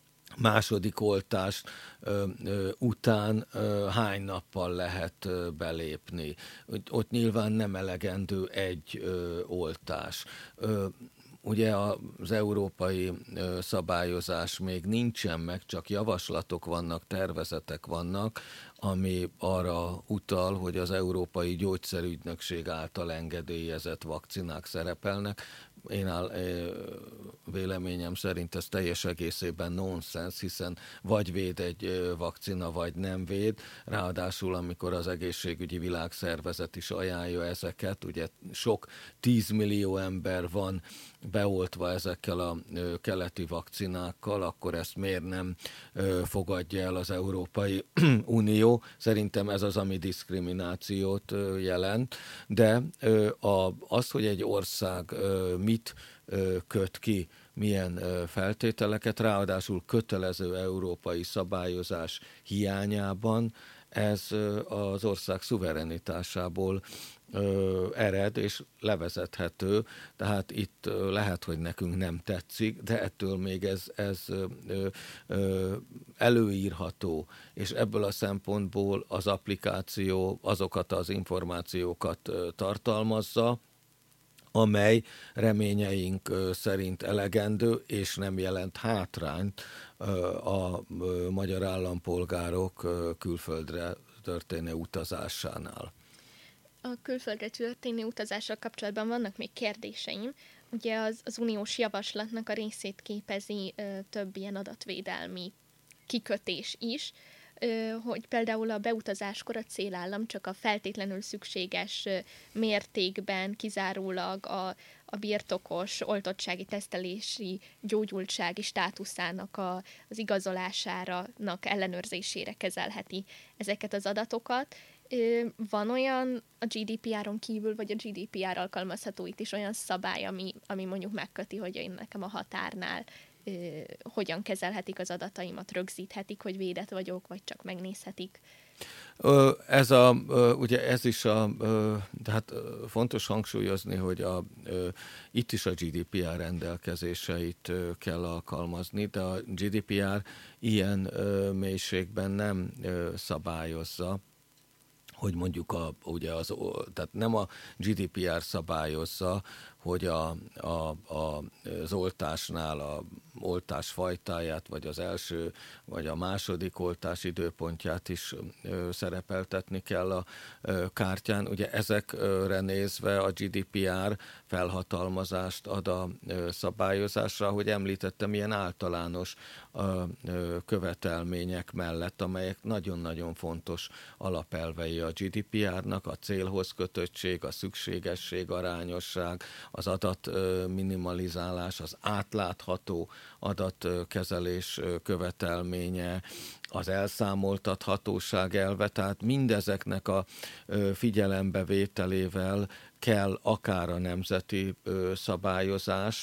második oltás ö, ö, után ö, hány nappal lehet ö, belépni. Ott nyilván nem elegendő egy ö, oltás. Ö, Ugye az európai szabályozás még nincsen meg, csak javaslatok vannak, tervezetek vannak, ami arra utal, hogy az Európai Gyógyszerügynökség által engedélyezett vakcinák szerepelnek. Én áll, véleményem szerint ez teljes egészében nonsens, hiszen vagy véd egy vakcina, vagy nem véd. Ráadásul, amikor az Egészségügyi Világszervezet is ajánlja ezeket, ugye sok tízmillió ember van beoltva ezekkel a keleti vakcinákkal, akkor ezt miért nem fogadja el az Európai Unió? Szerintem ez az, ami diszkriminációt jelent, de az, hogy egy ország mit köt ki, milyen feltételeket, ráadásul kötelező európai szabályozás hiányában, ez az ország szuverenitásából ered és levezethető, tehát itt lehet, hogy nekünk nem tetszik, de ettől még ez, ez előírható, és ebből a szempontból az applikáció azokat az információkat tartalmazza, amely reményeink szerint elegendő, és nem jelent hátrányt a magyar állampolgárok külföldre történő utazásánál. A külföldre történő utazással kapcsolatban vannak még kérdéseim. Ugye az, az uniós javaslatnak a részét képezi ö, több ilyen adatvédelmi kikötés is, ö, hogy például a beutazáskor a célállam csak a feltétlenül szükséges ö, mértékben kizárólag a, a birtokos oltottsági, tesztelési, gyógyultsági státuszának a, az igazolásának ellenőrzésére kezelheti ezeket az adatokat. Van olyan a gé dé pé er-on kívül, vagy a gé dé pé er alkalmazható itt is olyan szabály, ami, ami mondjuk megköti, hogy én nekem a határnál ö, hogyan kezelhetik az adataimat, rögzíthetik, hogy védett vagyok, vagy csak megnézhetik? Ez, a, ugye ez is a, de hát fontos hangsúlyozni, hogy a, itt is a gé dé pé er rendelkezéseit kell alkalmazni, de a gé dé pé er ilyen mélységben nem szabályozza, hogy mondjuk a, ugye az, tehát nem a gé dé pé er szabályozza, hogy a, a, a, az oltásnál a oltás fajtáját, vagy az első, vagy a második oltás időpontját is ö, szerepeltetni kell a ö, kártyán. Ugye ezekre nézve a gé dé pé er felhatalmazást ad a ö, szabályozásra, ahogy említettem, ilyen általános ö, ö, követelmények mellett, amelyek nagyon-nagyon fontos alapelvei a gé dé pé er-nak, a célhoz kötöttség, a szükségesség, arányosság, az adat minimalizálás, az átlátható adatkezelés követelménye, az elszámoltathatóság elve, tehát mindezeknek a figyelembevételével kell akár a nemzeti szabályozást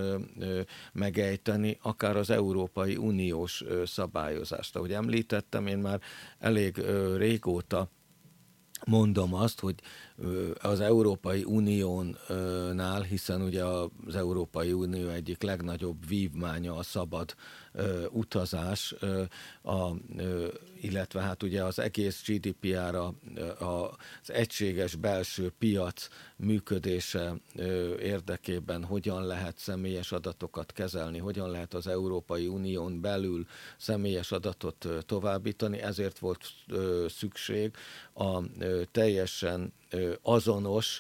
megejteni, akár az Európai Uniós szabályozást. Ahogy említettem, én már elég régóta mondom azt, hogy az Európai Uniónál, hiszen ugye az Európai Unió egyik legnagyobb vívmánya a szabad utazás, a, illetve hát ugye az egész gé dé pé er a, a, az egységes belső piac működése érdekében hogyan lehet személyes adatokat kezelni, hogyan lehet az Európai Unión belül személyes adatot továbbítani, ezért volt szükség a teljesen azonos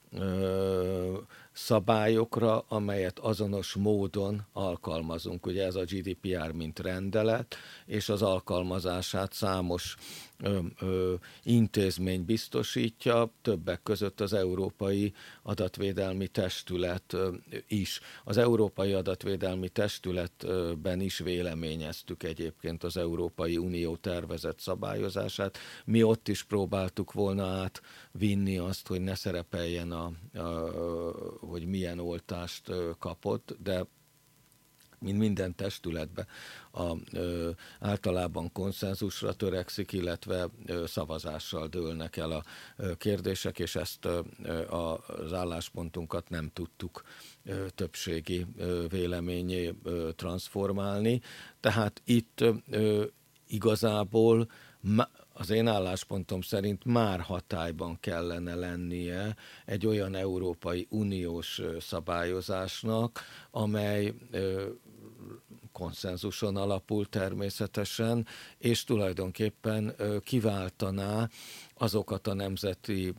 szabályokra, amelyet azonos módon alkalmazunk. Ugye ez a gé dé pé er mint rendelet, és az alkalmazását számos ö, ö, intézmény biztosítja, többek között az Európai Adatvédelmi Testület ö, is. Az Európai Adatvédelmi Testületben is véleményeztük egyébként az Európai Unió tervezett szabályozását. Mi ott is próbáltuk volna átvinni azt, hogy ne szerepeljen a, a hogy milyen oltást kapott, de mint minden testületben a, ö, általában konszenzusra törekszik, illetve ö, szavazással dőlnek el a ö, kérdések, és ezt ö, az álláspontunkat nem tudtuk ö, többségi ö, véleményé ö, transformálni. Tehát itt ö, igazából ma, az én álláspontom szerint már hatályban kellene lennie egy olyan Európai Uniós szabályozásnak, amely konszenzuson alapul természetesen, és tulajdonképpen kiváltaná azokat a nemzeti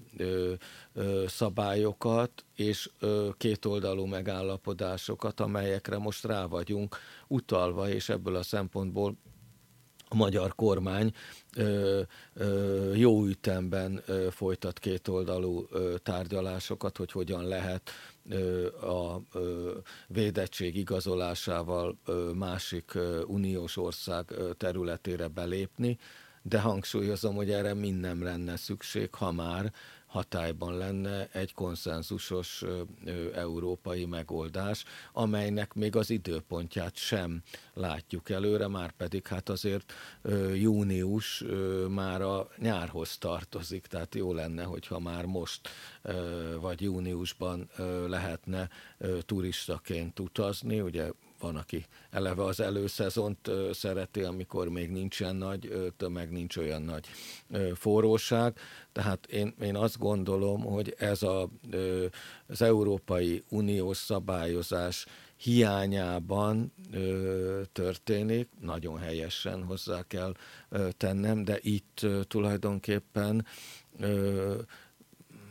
szabályokat és kétoldalú megállapodásokat, amelyekre most rá vagyunk utalva, és ebből a szempontból a magyar kormány ö, ö, jó ütemben ö, folytat kétoldalú ö, tárgyalásokat, hogy hogyan lehet ö, a ö, védettség igazolásával ö, másik ö, uniós ország ö, területére belépni, de hangsúlyozom, hogy erre mind nem lenne szükség, ha már hatályban lenne egy konszenzusos ö, ö, európai megoldás, amelynek még az időpontját sem látjuk előre, már pedig hát azért ö, június ö, már a nyárhoz tartozik, tehát jó lenne, hogyha már most ö, vagy júniusban ö, lehetne ö, turistaként utazni, ugye van, aki eleve az előszezont ö, szereti, amikor még nincsen nagy ö, tömeg, nincs olyan nagy ö, forróság. Tehát én, én azt gondolom, hogy ez a, ö, az Európai Uniós szabályozás hiányában ö, történik, nagyon helyesen hozzá kell ö, tennem, de itt ö, tulajdonképpen ö,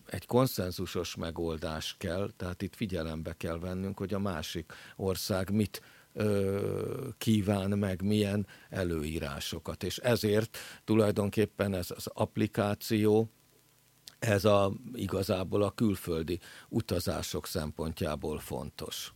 egy konszenzusos megoldás kell, tehát itt figyelembe kell vennünk, hogy a másik ország mit kíván meg, milyen előírásokat. És ezért tulajdonképpen ez az applikáció, ez a, igazából a külföldi utazások szempontjából fontos.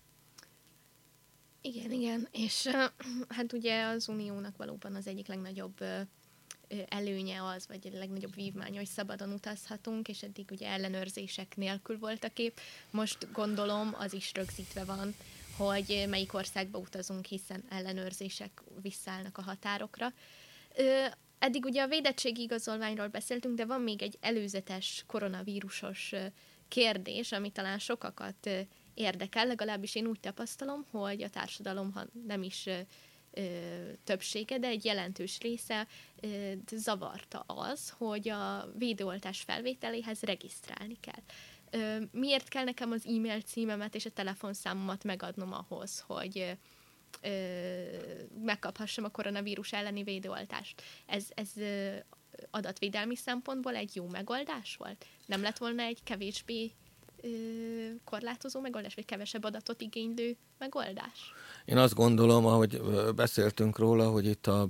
Igen, igen, és hát ugye az Uniónak valóban az egyik legnagyobb előnye az, vagy a legnagyobb vívmánya, hogy szabadon utazhatunk, és eddig ugye ellenőrzések nélkül volt a kép. Most gondolom az is rögzítve van, hogy melyik országba utazunk, hiszen ellenőrzések visszaállnak a határokra. Eddig ugye a védettségi igazolványról beszéltünk, de van még egy előzetes koronavírusos kérdés, ami talán sokakat érdekel, legalábbis én úgy tapasztalom, hogy a társadalom, ha nem is többsége, de egy jelentős része zavarta az, hogy a védőoltás felvételéhez regisztrálni kell. Miért kell nekem az e-mail címemet és a telefonszámomat megadnom ahhoz, hogy megkaphassam a koronavírus elleni védőoltást? Ez, ez adatvédelmi szempontból egy jó megoldás volt? Nem lett volna egy kevésbé korlátozó megoldás, vagy kevesebb adatot igénylő megoldás? Én azt gondolom, ahogy beszéltünk róla, hogy itt a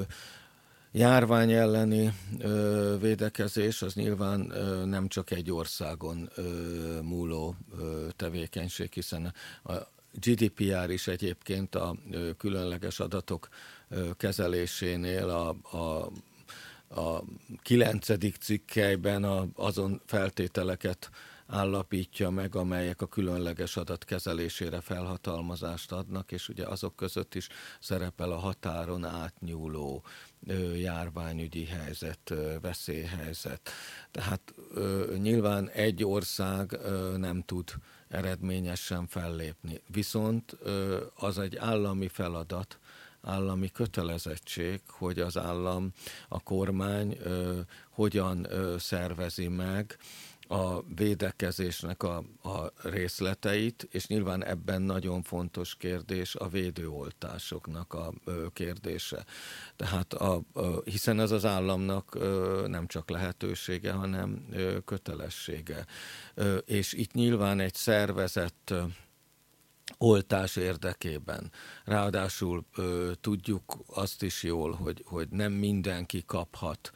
járvány elleni ö, védekezés az nyilván ö, nem csak egy országon ö, múló ö, tevékenység, hiszen a gé dé pé er is egyébként a ö, különleges adatok ö, kezelésénél a, a, a kilencedik cikkelyben a, azon feltételeket állapítja meg, amelyek a különleges adat kezelésére felhatalmazást adnak, és ugye azok között is szerepel a határon átnyúló ö, járványügyi helyzet, ö, veszélyhelyzet. Tehát ö, nyilván egy ország ö, nem tud eredményesen fellépni. Viszont ö, az egy állami feladat, állami kötelezettség, hogy az állam, a kormány ö, hogyan ö, szervezi meg a védekezésnek a, a részleteit, és nyilván ebben nagyon fontos kérdés a védőoltásoknak a ö, kérdése. Tehát a, ö, hiszen ez az államnak ö, nem csak lehetősége, hanem ö, kötelessége. Ö, és itt nyilván egy szervezett ö, oltás érdekében. Ráadásul ö, tudjuk azt is jól, hogy, hogy nem mindenki kaphat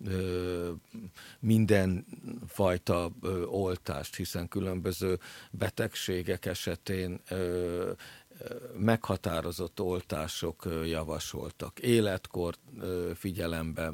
minden fajta oltást, hiszen különböző betegségek esetén meghatározott oltások javasoltak. Életkor figyelembe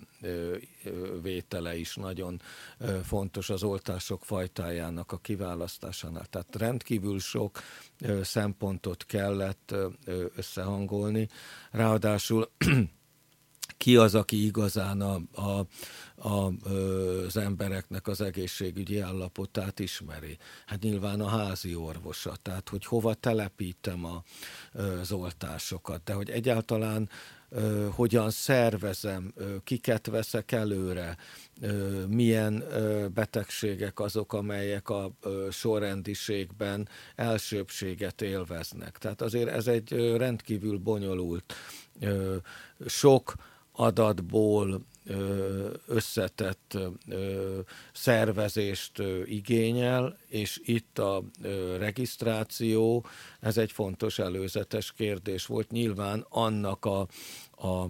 vétele is nagyon fontos az oltások fajtájának a kiválasztásánál. Tehát rendkívül sok szempontot kellett összehangolni. Ráadásul ki az, aki igazán a, a, a, az embereknek az egészségügyi állapotát ismeri? Hát nyilván a házi orvosa, tehát hogy hova telepítem a, az oltásokat, de hogy egyáltalán hogyan szervezem, kiket veszek előre, milyen betegségek azok, amelyek a sorrendiségben elsőbbséget élveznek. Tehát azért ez egy rendkívül bonyolult, sok adatból összetett szervezést igényel, és itt a regisztráció, ez egy fontos előzetes kérdés volt nyilván annak a, a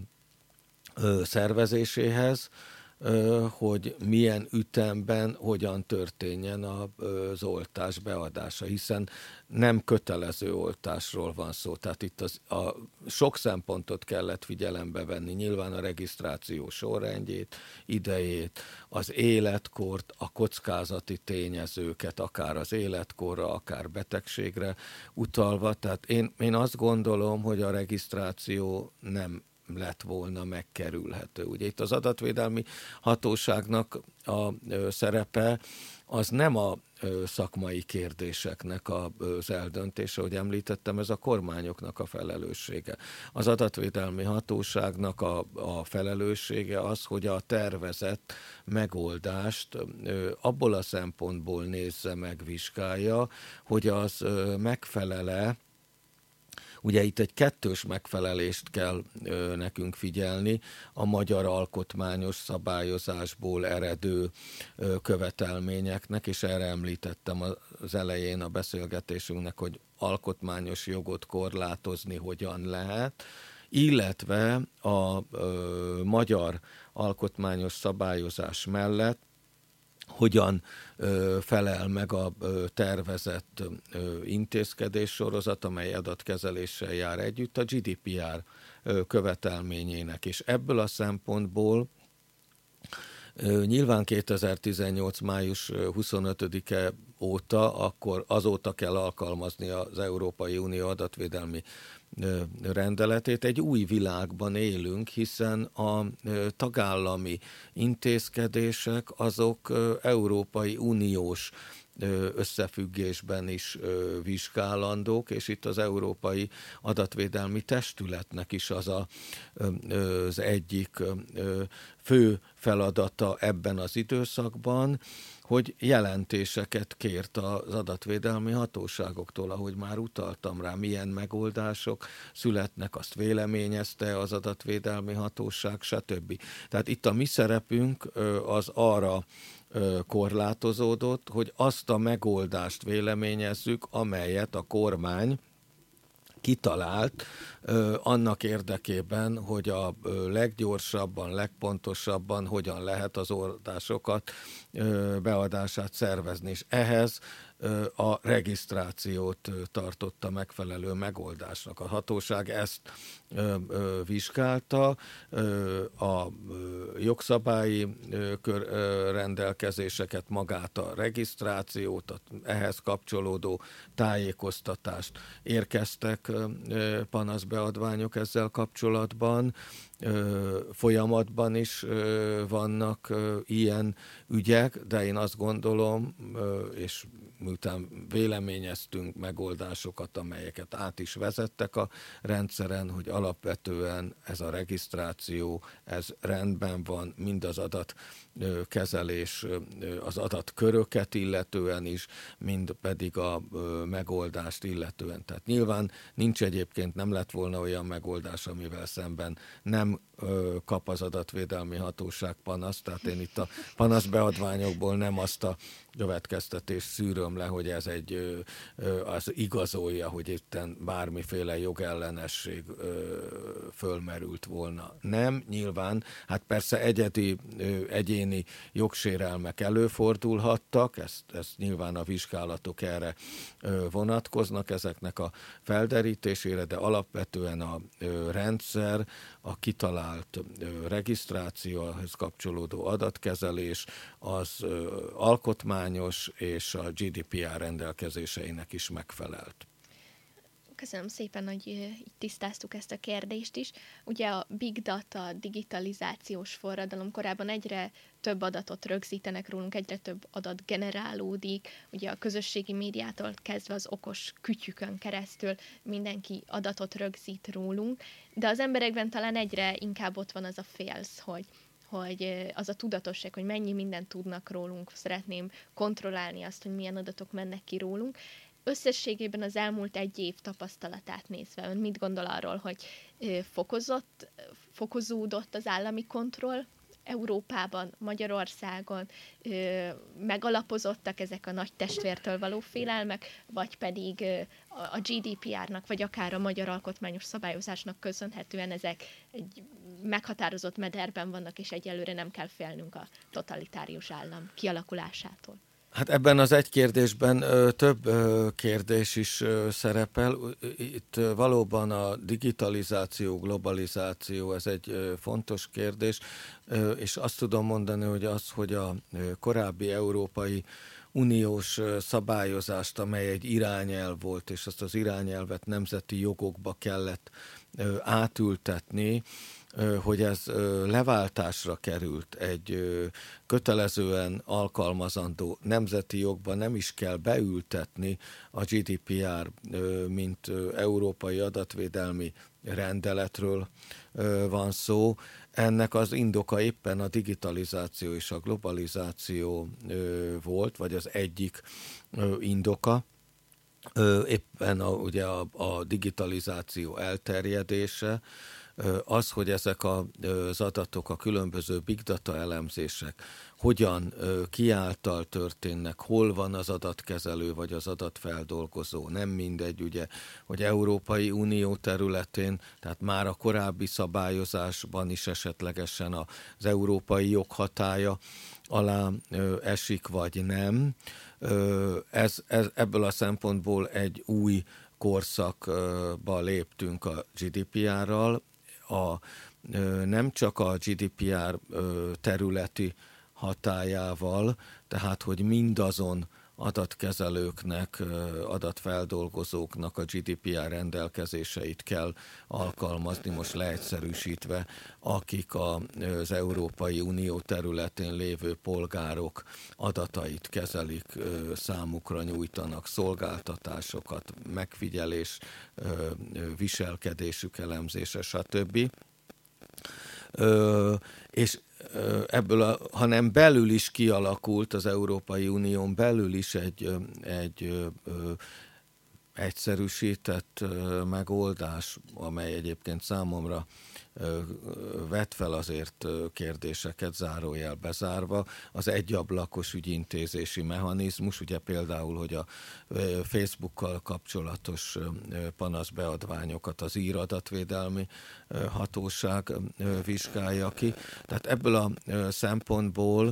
szervezéséhez, hogy milyen ütemben, hogyan történjen az oltás beadása, hiszen nem kötelező oltásról van szó. Tehát itt az, a, sok szempontot kellett figyelembe venni, nyilván a regisztráció sorrendjét, idejét, az életkort, a kockázati tényezőket, akár az életkorra, akár betegségre utalva. Tehát én, én azt gondolom, hogy a regisztráció nem lett volna megkerülhető. Ugye itt az adatvédelmi hatóságnak a szerepe az nem a szakmai kérdéseknek az eldöntése, ahogy említettem, ez a kormányoknak a felelőssége. Az adatvédelmi hatóságnak a, a felelőssége az, hogy a tervezett megoldást abból a szempontból nézze meg, vizsgálja, hogy az megfelele Ugye itt egy kettős megfelelést kell nekünk figyelni, a magyar alkotmányos szabályozásból eredő követelményeknek, és erre említettem az elején a beszélgetésünknek, hogy alkotmányos jogot korlátozni hogyan lehet, illetve a ö, magyar alkotmányos szabályozás mellett hogyan ö, felel meg a ö, tervezett ö, intézkedéssorozat, amely adatkezeléssel jár együtt a gé dé pé er ö, követelményének. És ebből a szempontból ö, nyilván kétezer-tizennyolc. május huszonötödike óta, akkor azóta kell alkalmazni az Európai Unió adatvédelmi rendeletét. Egy új világban élünk, hiszen a tagállami intézkedések azok Európai Uniós összefüggésben is vizsgálandók, és itt az Európai Adatvédelmi Testületnek is az a, az egyik fő feladata ebben az időszakban, hogy jelentéseket kért az adatvédelmi hatóságoktól, ahogy már utaltam rá, milyen megoldások születnek, azt véleményezte az adatvédelmi hatóság, stb. Tehát itt a mi szerepünk az arra korlátozódott, hogy azt a megoldást véleményezzük, amelyet a kormány kitalált annak érdekében, hogy a leggyorsabban, legpontosabban hogyan lehet az oldásokat beadását szervezni. És ehhez a regisztrációt tartotta megfelelő megoldásnak. A hatóság ezt vizsgálta, a jogszabályi rendelkezéseket, magát a regisztrációt, a ehhez kapcsolódó tájékoztatást. Érkeztek panaszbeadványok ezzel kapcsolatban, folyamatban is vannak ilyen ügyek, de én azt gondolom, és miután véleményeztünk megoldásokat, amelyeket át is vezettek a rendszeren, hogy alapvetően ez a regisztráció, ez rendben van, mind az adatkezelés, az adatköröket illetően is, mind pedig a megoldást illetően. Tehát nyilván nincs egyébként, nem lett volna olyan megoldás, amivel szemben nem kap az adatvédelmi hatóság panaszt, tehát én itt a panaszbeadványokból nem azt a következtetést szűröm le, hogy ez egy, az igazolja, hogy itten bármiféle jogellenesség fölmerült volna. Nem, nyilván, hát persze egyedi, egyéni jogsérelmek előfordulhattak, ezt, ezt nyilván a vizsgálatok erre vonatkoznak, ezeknek a felderítésére, de alapvetően a rendszer, a kitalált regisztrációhoz kapcsolódó adatkezelés, az alkotmányos és a gé dé pé er rendelkezéseinek is megfelelt. Köszönöm szépen, hogy így tisztáztuk ezt a kérdést is. Ugye a big data, digitalizációs forradalom korábban egyre több adatot rögzítenek rólunk, egyre több adat generálódik, ugye a közösségi médiától kezdve az okos kütyükön keresztül mindenki adatot rögzít rólunk, de az emberekben talán egyre inkább ott van az a félsz, hogy hogy az a tudatosság, hogy mennyi mindent tudnak rólunk, szeretném kontrollálni azt, hogy milyen adatok mennek ki rólunk. Összességében az elmúlt egy év tapasztalatát nézve, ön mit gondol arról, hogy fokozott, fokozódott az állami kontroll Európában, Magyarországon, megalapozottak ezek a nagy testvértől való félelmek, vagy pedig a gé dé pé er-nak, vagy akár a magyar alkotmányos szabályozásnak köszönhetően ezek egy meghatározott mederben vannak, és egyelőre nem kell félnünk a totalitárius állam kialakulásától. Hát ebben az egy kérdésben ö, több ö, kérdés is ö, szerepel. Itt ö, valóban a digitalizáció, globalizáció, ez egy ö, fontos kérdés, ö, és azt tudom mondani, hogy az, hogy a ö, korábbi európai uniós szabályozást, amely egy irányelv volt, és azt az irányelvet nemzeti jogokba kellett ö, átültetni, hogy ez leváltásra került, egy kötelezően alkalmazandó nemzeti jogba nem is kell beültetni a gé dé pé er, mint európai adatvédelmi rendeletről van szó. Ennek az indoka éppen a digitalizáció és a globalizáció volt, vagy az egyik indoka. éppen a, ugye a, a digitalizáció elterjedése, az, hogy ezek az adatok, a különböző big data elemzések hogyan, ki által történnek, hol van az adatkezelő vagy az adatfeldolgozó. Nem mindegy, ugye, hogy Európai Unió területén, tehát már a korábbi szabályozásban is esetlegesen az európai jog hatálya alá esik, vagy nem. Ez, ez, ebből a szempontból egy új korszakba léptünk a gé dé pé er-ral. A, nem csak a gé dé pé er területi hatályával, tehát hogy mindazon adatkezelőknek, adatfeldolgozóknak a gé dé pé er rendelkezéseit kell alkalmazni, most leegyszerűsítve, akik az Európai Unió területén lévő polgárok adatait kezelik, számukra nyújtanak szolgáltatásokat, megfigyelés, viselkedésük elemzése, stb. És ebből, a, hanem belül is kialakult az Európai Unión belül is egy, egy ö, egyszerűsített ö, megoldás, amely egyébként számomra ö, vet fel azért kérdéseket, zárójel bezárva. Az egyablakos ügyintézési mechanizmus, ugye például, hogy a Facebookkal kapcsolatos panaszbeadványokat az íradatvédelmi hatóság vizsgálja ki. Tehát ebből a szempontból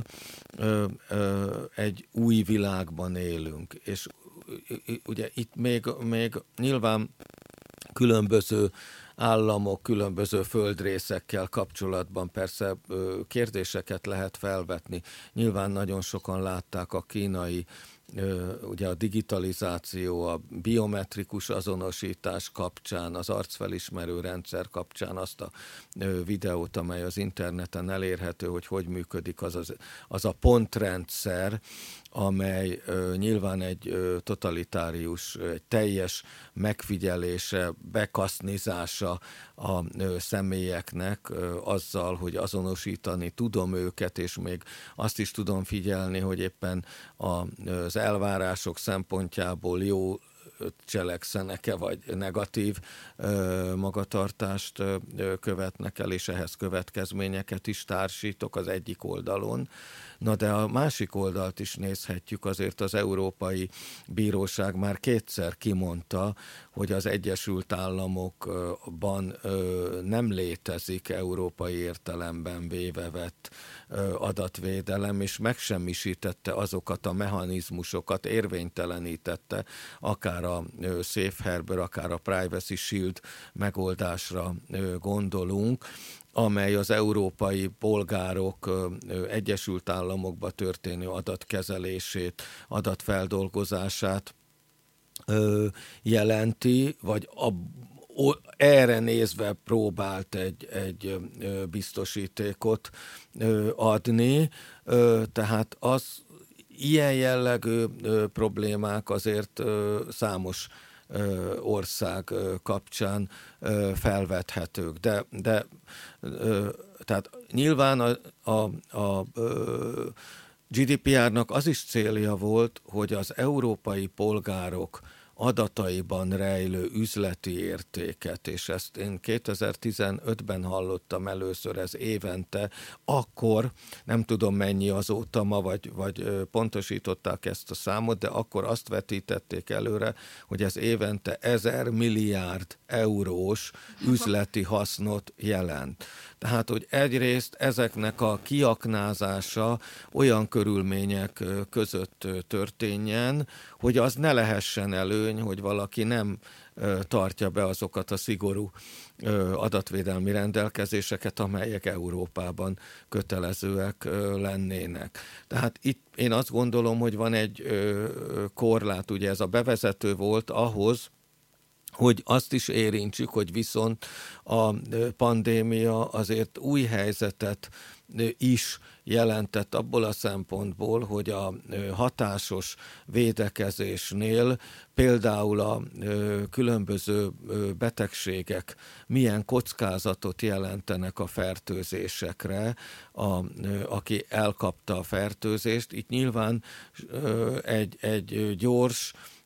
egy új világban élünk, és ugye itt még, még nyilván különböző államok, különböző földrészekkel kapcsolatban persze kérdéseket lehet felvetni. Nyilván nagyon sokan látták a kínai, ugye a digitalizáció, a biometrikus azonosítás kapcsán, az arcfelismerő rendszer kapcsán azt a videót, amely az interneten elérhető, hogy hogy működik az, az, az a pontrendszer, amely ö, nyilván egy ö, totalitárius, egy teljes megfigyelése, bekasznizása a ö, személyeknek ö, azzal, hogy azonosítani tudom őket, és még azt is tudom figyelni, hogy éppen a, az elvárások szempontjából jó cselekszenek-e, vagy negatív ö, magatartást ö, követnek el, és ehhez következményeket is társítok az egyik oldalon. Na de a másik oldalt is nézhetjük, azért az Európai Bíróság már kétszer kimondta, hogy az Egyesült Államokban ö, nem létezik európai értelemben véve vett ö, adatvédelem, és megsemmisítette azokat a mechanizmusokat, érvénytelenítette, akár a ö, Safe Harbor, akár a Privacy Shield megoldásra ö, gondolunk, amely az európai polgárok Egyesült Államokba történő adatkezelését, adatfeldolgozását jelenti, vagy a, erre nézve próbált egy, egy biztosítékot adni, tehát az ilyen jellegű problémák azért számos ország kapcsán felvethetők. De, de tehát nyilván a, a, a gé dé pé er-nak az is célja volt, hogy az európai polgárok adataiban rejlő üzleti értéket, és ezt én kétezer-tizenötben hallottam először, ez évente, akkor, nem tudom mennyi azóta ma, vagy, vagy pontosították ezt a számot, de akkor azt vetítették előre, hogy ez évente ezer milliárd eurós üzleti hasznot jelent. Tehát, hogy egyrészt ezeknek a kiaknázása olyan körülmények között történjen, hogy az ne lehessen előny, hogy valaki nem tartja be azokat a szigorú adatvédelmi rendelkezéseket, amelyek Európában kötelezőek lennének. Tehát itt én azt gondolom, hogy van egy korlát, ugye ez a bevezető volt ahhoz, hogy azt is érintsük, hogy viszont a pandémia azért új helyzetet is jelentett abból a szempontból, hogy a hatásos védekezésnél például a különböző betegségek milyen kockázatot jelentenek a fertőzésekre, a, aki elkapta a fertőzést. Itt nyilván egy, egy gyors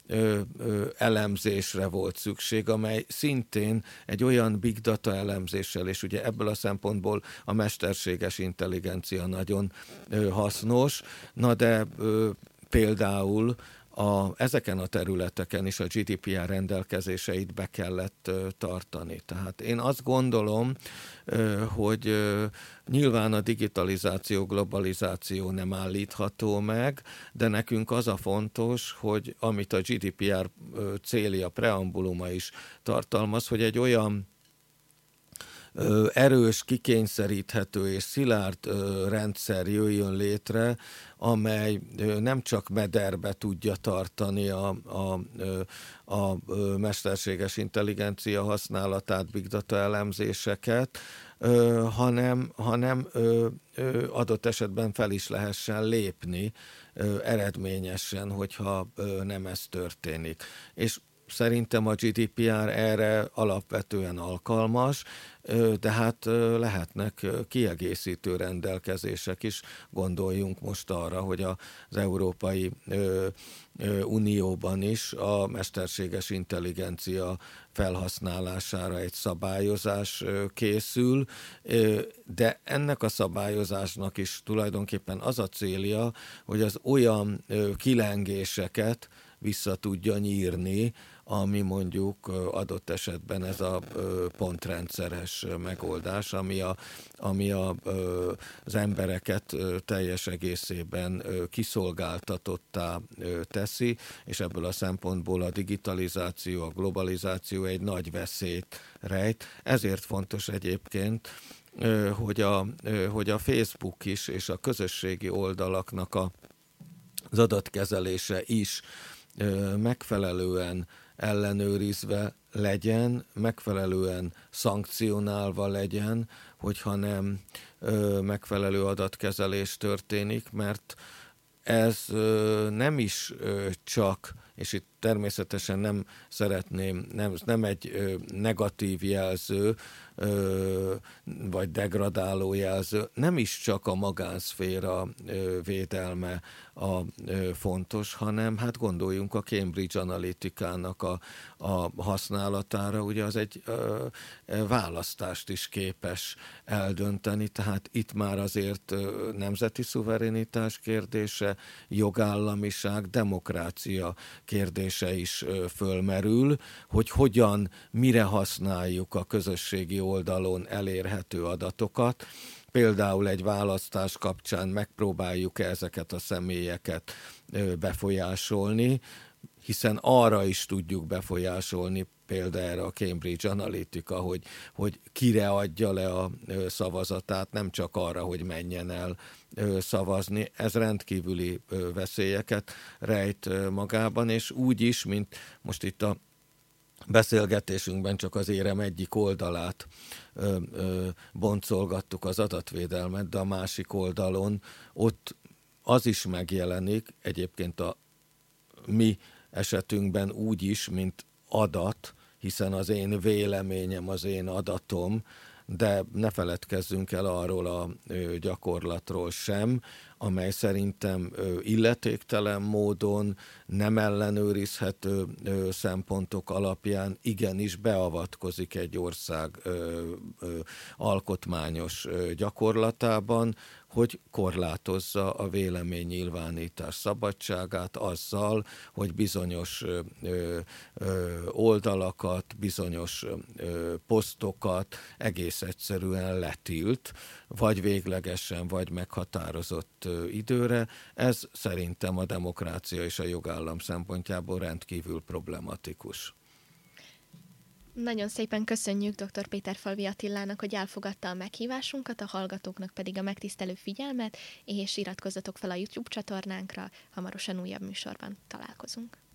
ö, ö, elemzésre volt szükség, amely szintén egy olyan big data elemzéssel, és ugye ebből a szempontból a mesterséges intelligencia nagyon ö, hasznos, na de ö, például A, ezeken a területeken is a gé dé pé er rendelkezéseit be kellett ö, tartani. Tehát én azt gondolom, ö, hogy ö, nyilván a digitalizáció, globalizáció nem állítható meg, de nekünk az a fontos, hogy amit a gé dé pé er ö, célja, preambuluma is tartalmaz, hogy egy olyan erős, kikényszeríthető és szilárd rendszer jöjjön létre, amely nem csak mederbe tudja tartani a, a, a mesterséges intelligencia használatát, big data elemzéseket, hanem, hanem adott esetben fel is lehessen lépni eredményesen, hogyha nem ez történik. És szerintem a gé dé pé er erre alapvetően alkalmas, de hát lehetnek kiegészítő rendelkezések is. Gondoljunk most arra, hogy az Európai Unióban is a mesterséges intelligencia felhasználására egy szabályozás készül, de ennek a szabályozásnak is tulajdonképpen az a célja, hogy az olyan kilengéseket vissza tudja nyírni, ami mondjuk adott esetben ez a pontrendszeres megoldás, ami, a, ami a, az embereket teljes egészében kiszolgáltatottá teszi, és ebből a szempontból a digitalizáció, a globalizáció egy nagy veszélyt rejt. Ezért fontos egyébként, hogy a, hogy a Facebook is és a közösségi oldalaknak a, az adatkezelése is megfelelően ellenőrizve legyen, megfelelően szankcionálva legyen, hogyha nem ö, megfelelő adatkezelés történik, mert ez ö, nem is ö, csak, és itt természetesen nem szeretném, nem, nem egy ö, negatív jelző, ö, vagy degradáló jelző, nem is csak a magánszféra ö, védelme a ö, fontos, hanem hát gondoljunk a Cambridge Analytica-nak a, a használatára, ugye az egy ö, választást is képes eldönteni, tehát itt már azért ö, nemzeti szuverenitás kérdése, jogállamiság, demokrácia kérdése is ö, fölmerül, hogy hogyan, mire használjuk a közösségi oldalon elérhető adatokat. Például egy választás kapcsán megpróbáljuk ezeket a személyeket befolyásolni, hiszen arra is tudjuk befolyásolni, például erre a Cambridge Analytica, hogy, hogy kire adja le a szavazatát, nem csak arra, hogy menjen el szavazni. Ez rendkívüli veszélyeket rejt magában, és úgy is, mint most itt a beszélgetésünkben csak az érem egyik oldalát ö, ö, boncolgattuk, az adatvédelmet, de a másik oldalon ott az is megjelenik, egyébként a mi esetünkben úgy is, mint adat, hiszen az én véleményem, az én adatom, de ne feledkezzünk el arról a ö, gyakorlatról sem, amely szerintem ö, illetéktelen módon, nem ellenőrizhető ö, szempontok alapján igenis beavatkozik egy ország ö, ö, alkotmányos ö, gyakorlatában, hogy korlátozza a véleménynyilvánítás szabadságát azzal, hogy bizonyos ö, ö, oldalakat, bizonyos ö, posztokat egész egyszerűen letilt, vagy véglegesen, vagy meghatározott ö, időre. Ez szerintem a demokrácia és a jogállam szempontjából rendkívül problematikus. Nagyon szépen köszönjük dr. Péterfalvi Attilának, hogy elfogadta a meghívásunkat, a hallgatóknak pedig a megtisztelő figyelmet, és iratkozzatok fel a YouTube csatornánkra, hamarosan újabb műsorban találkozunk.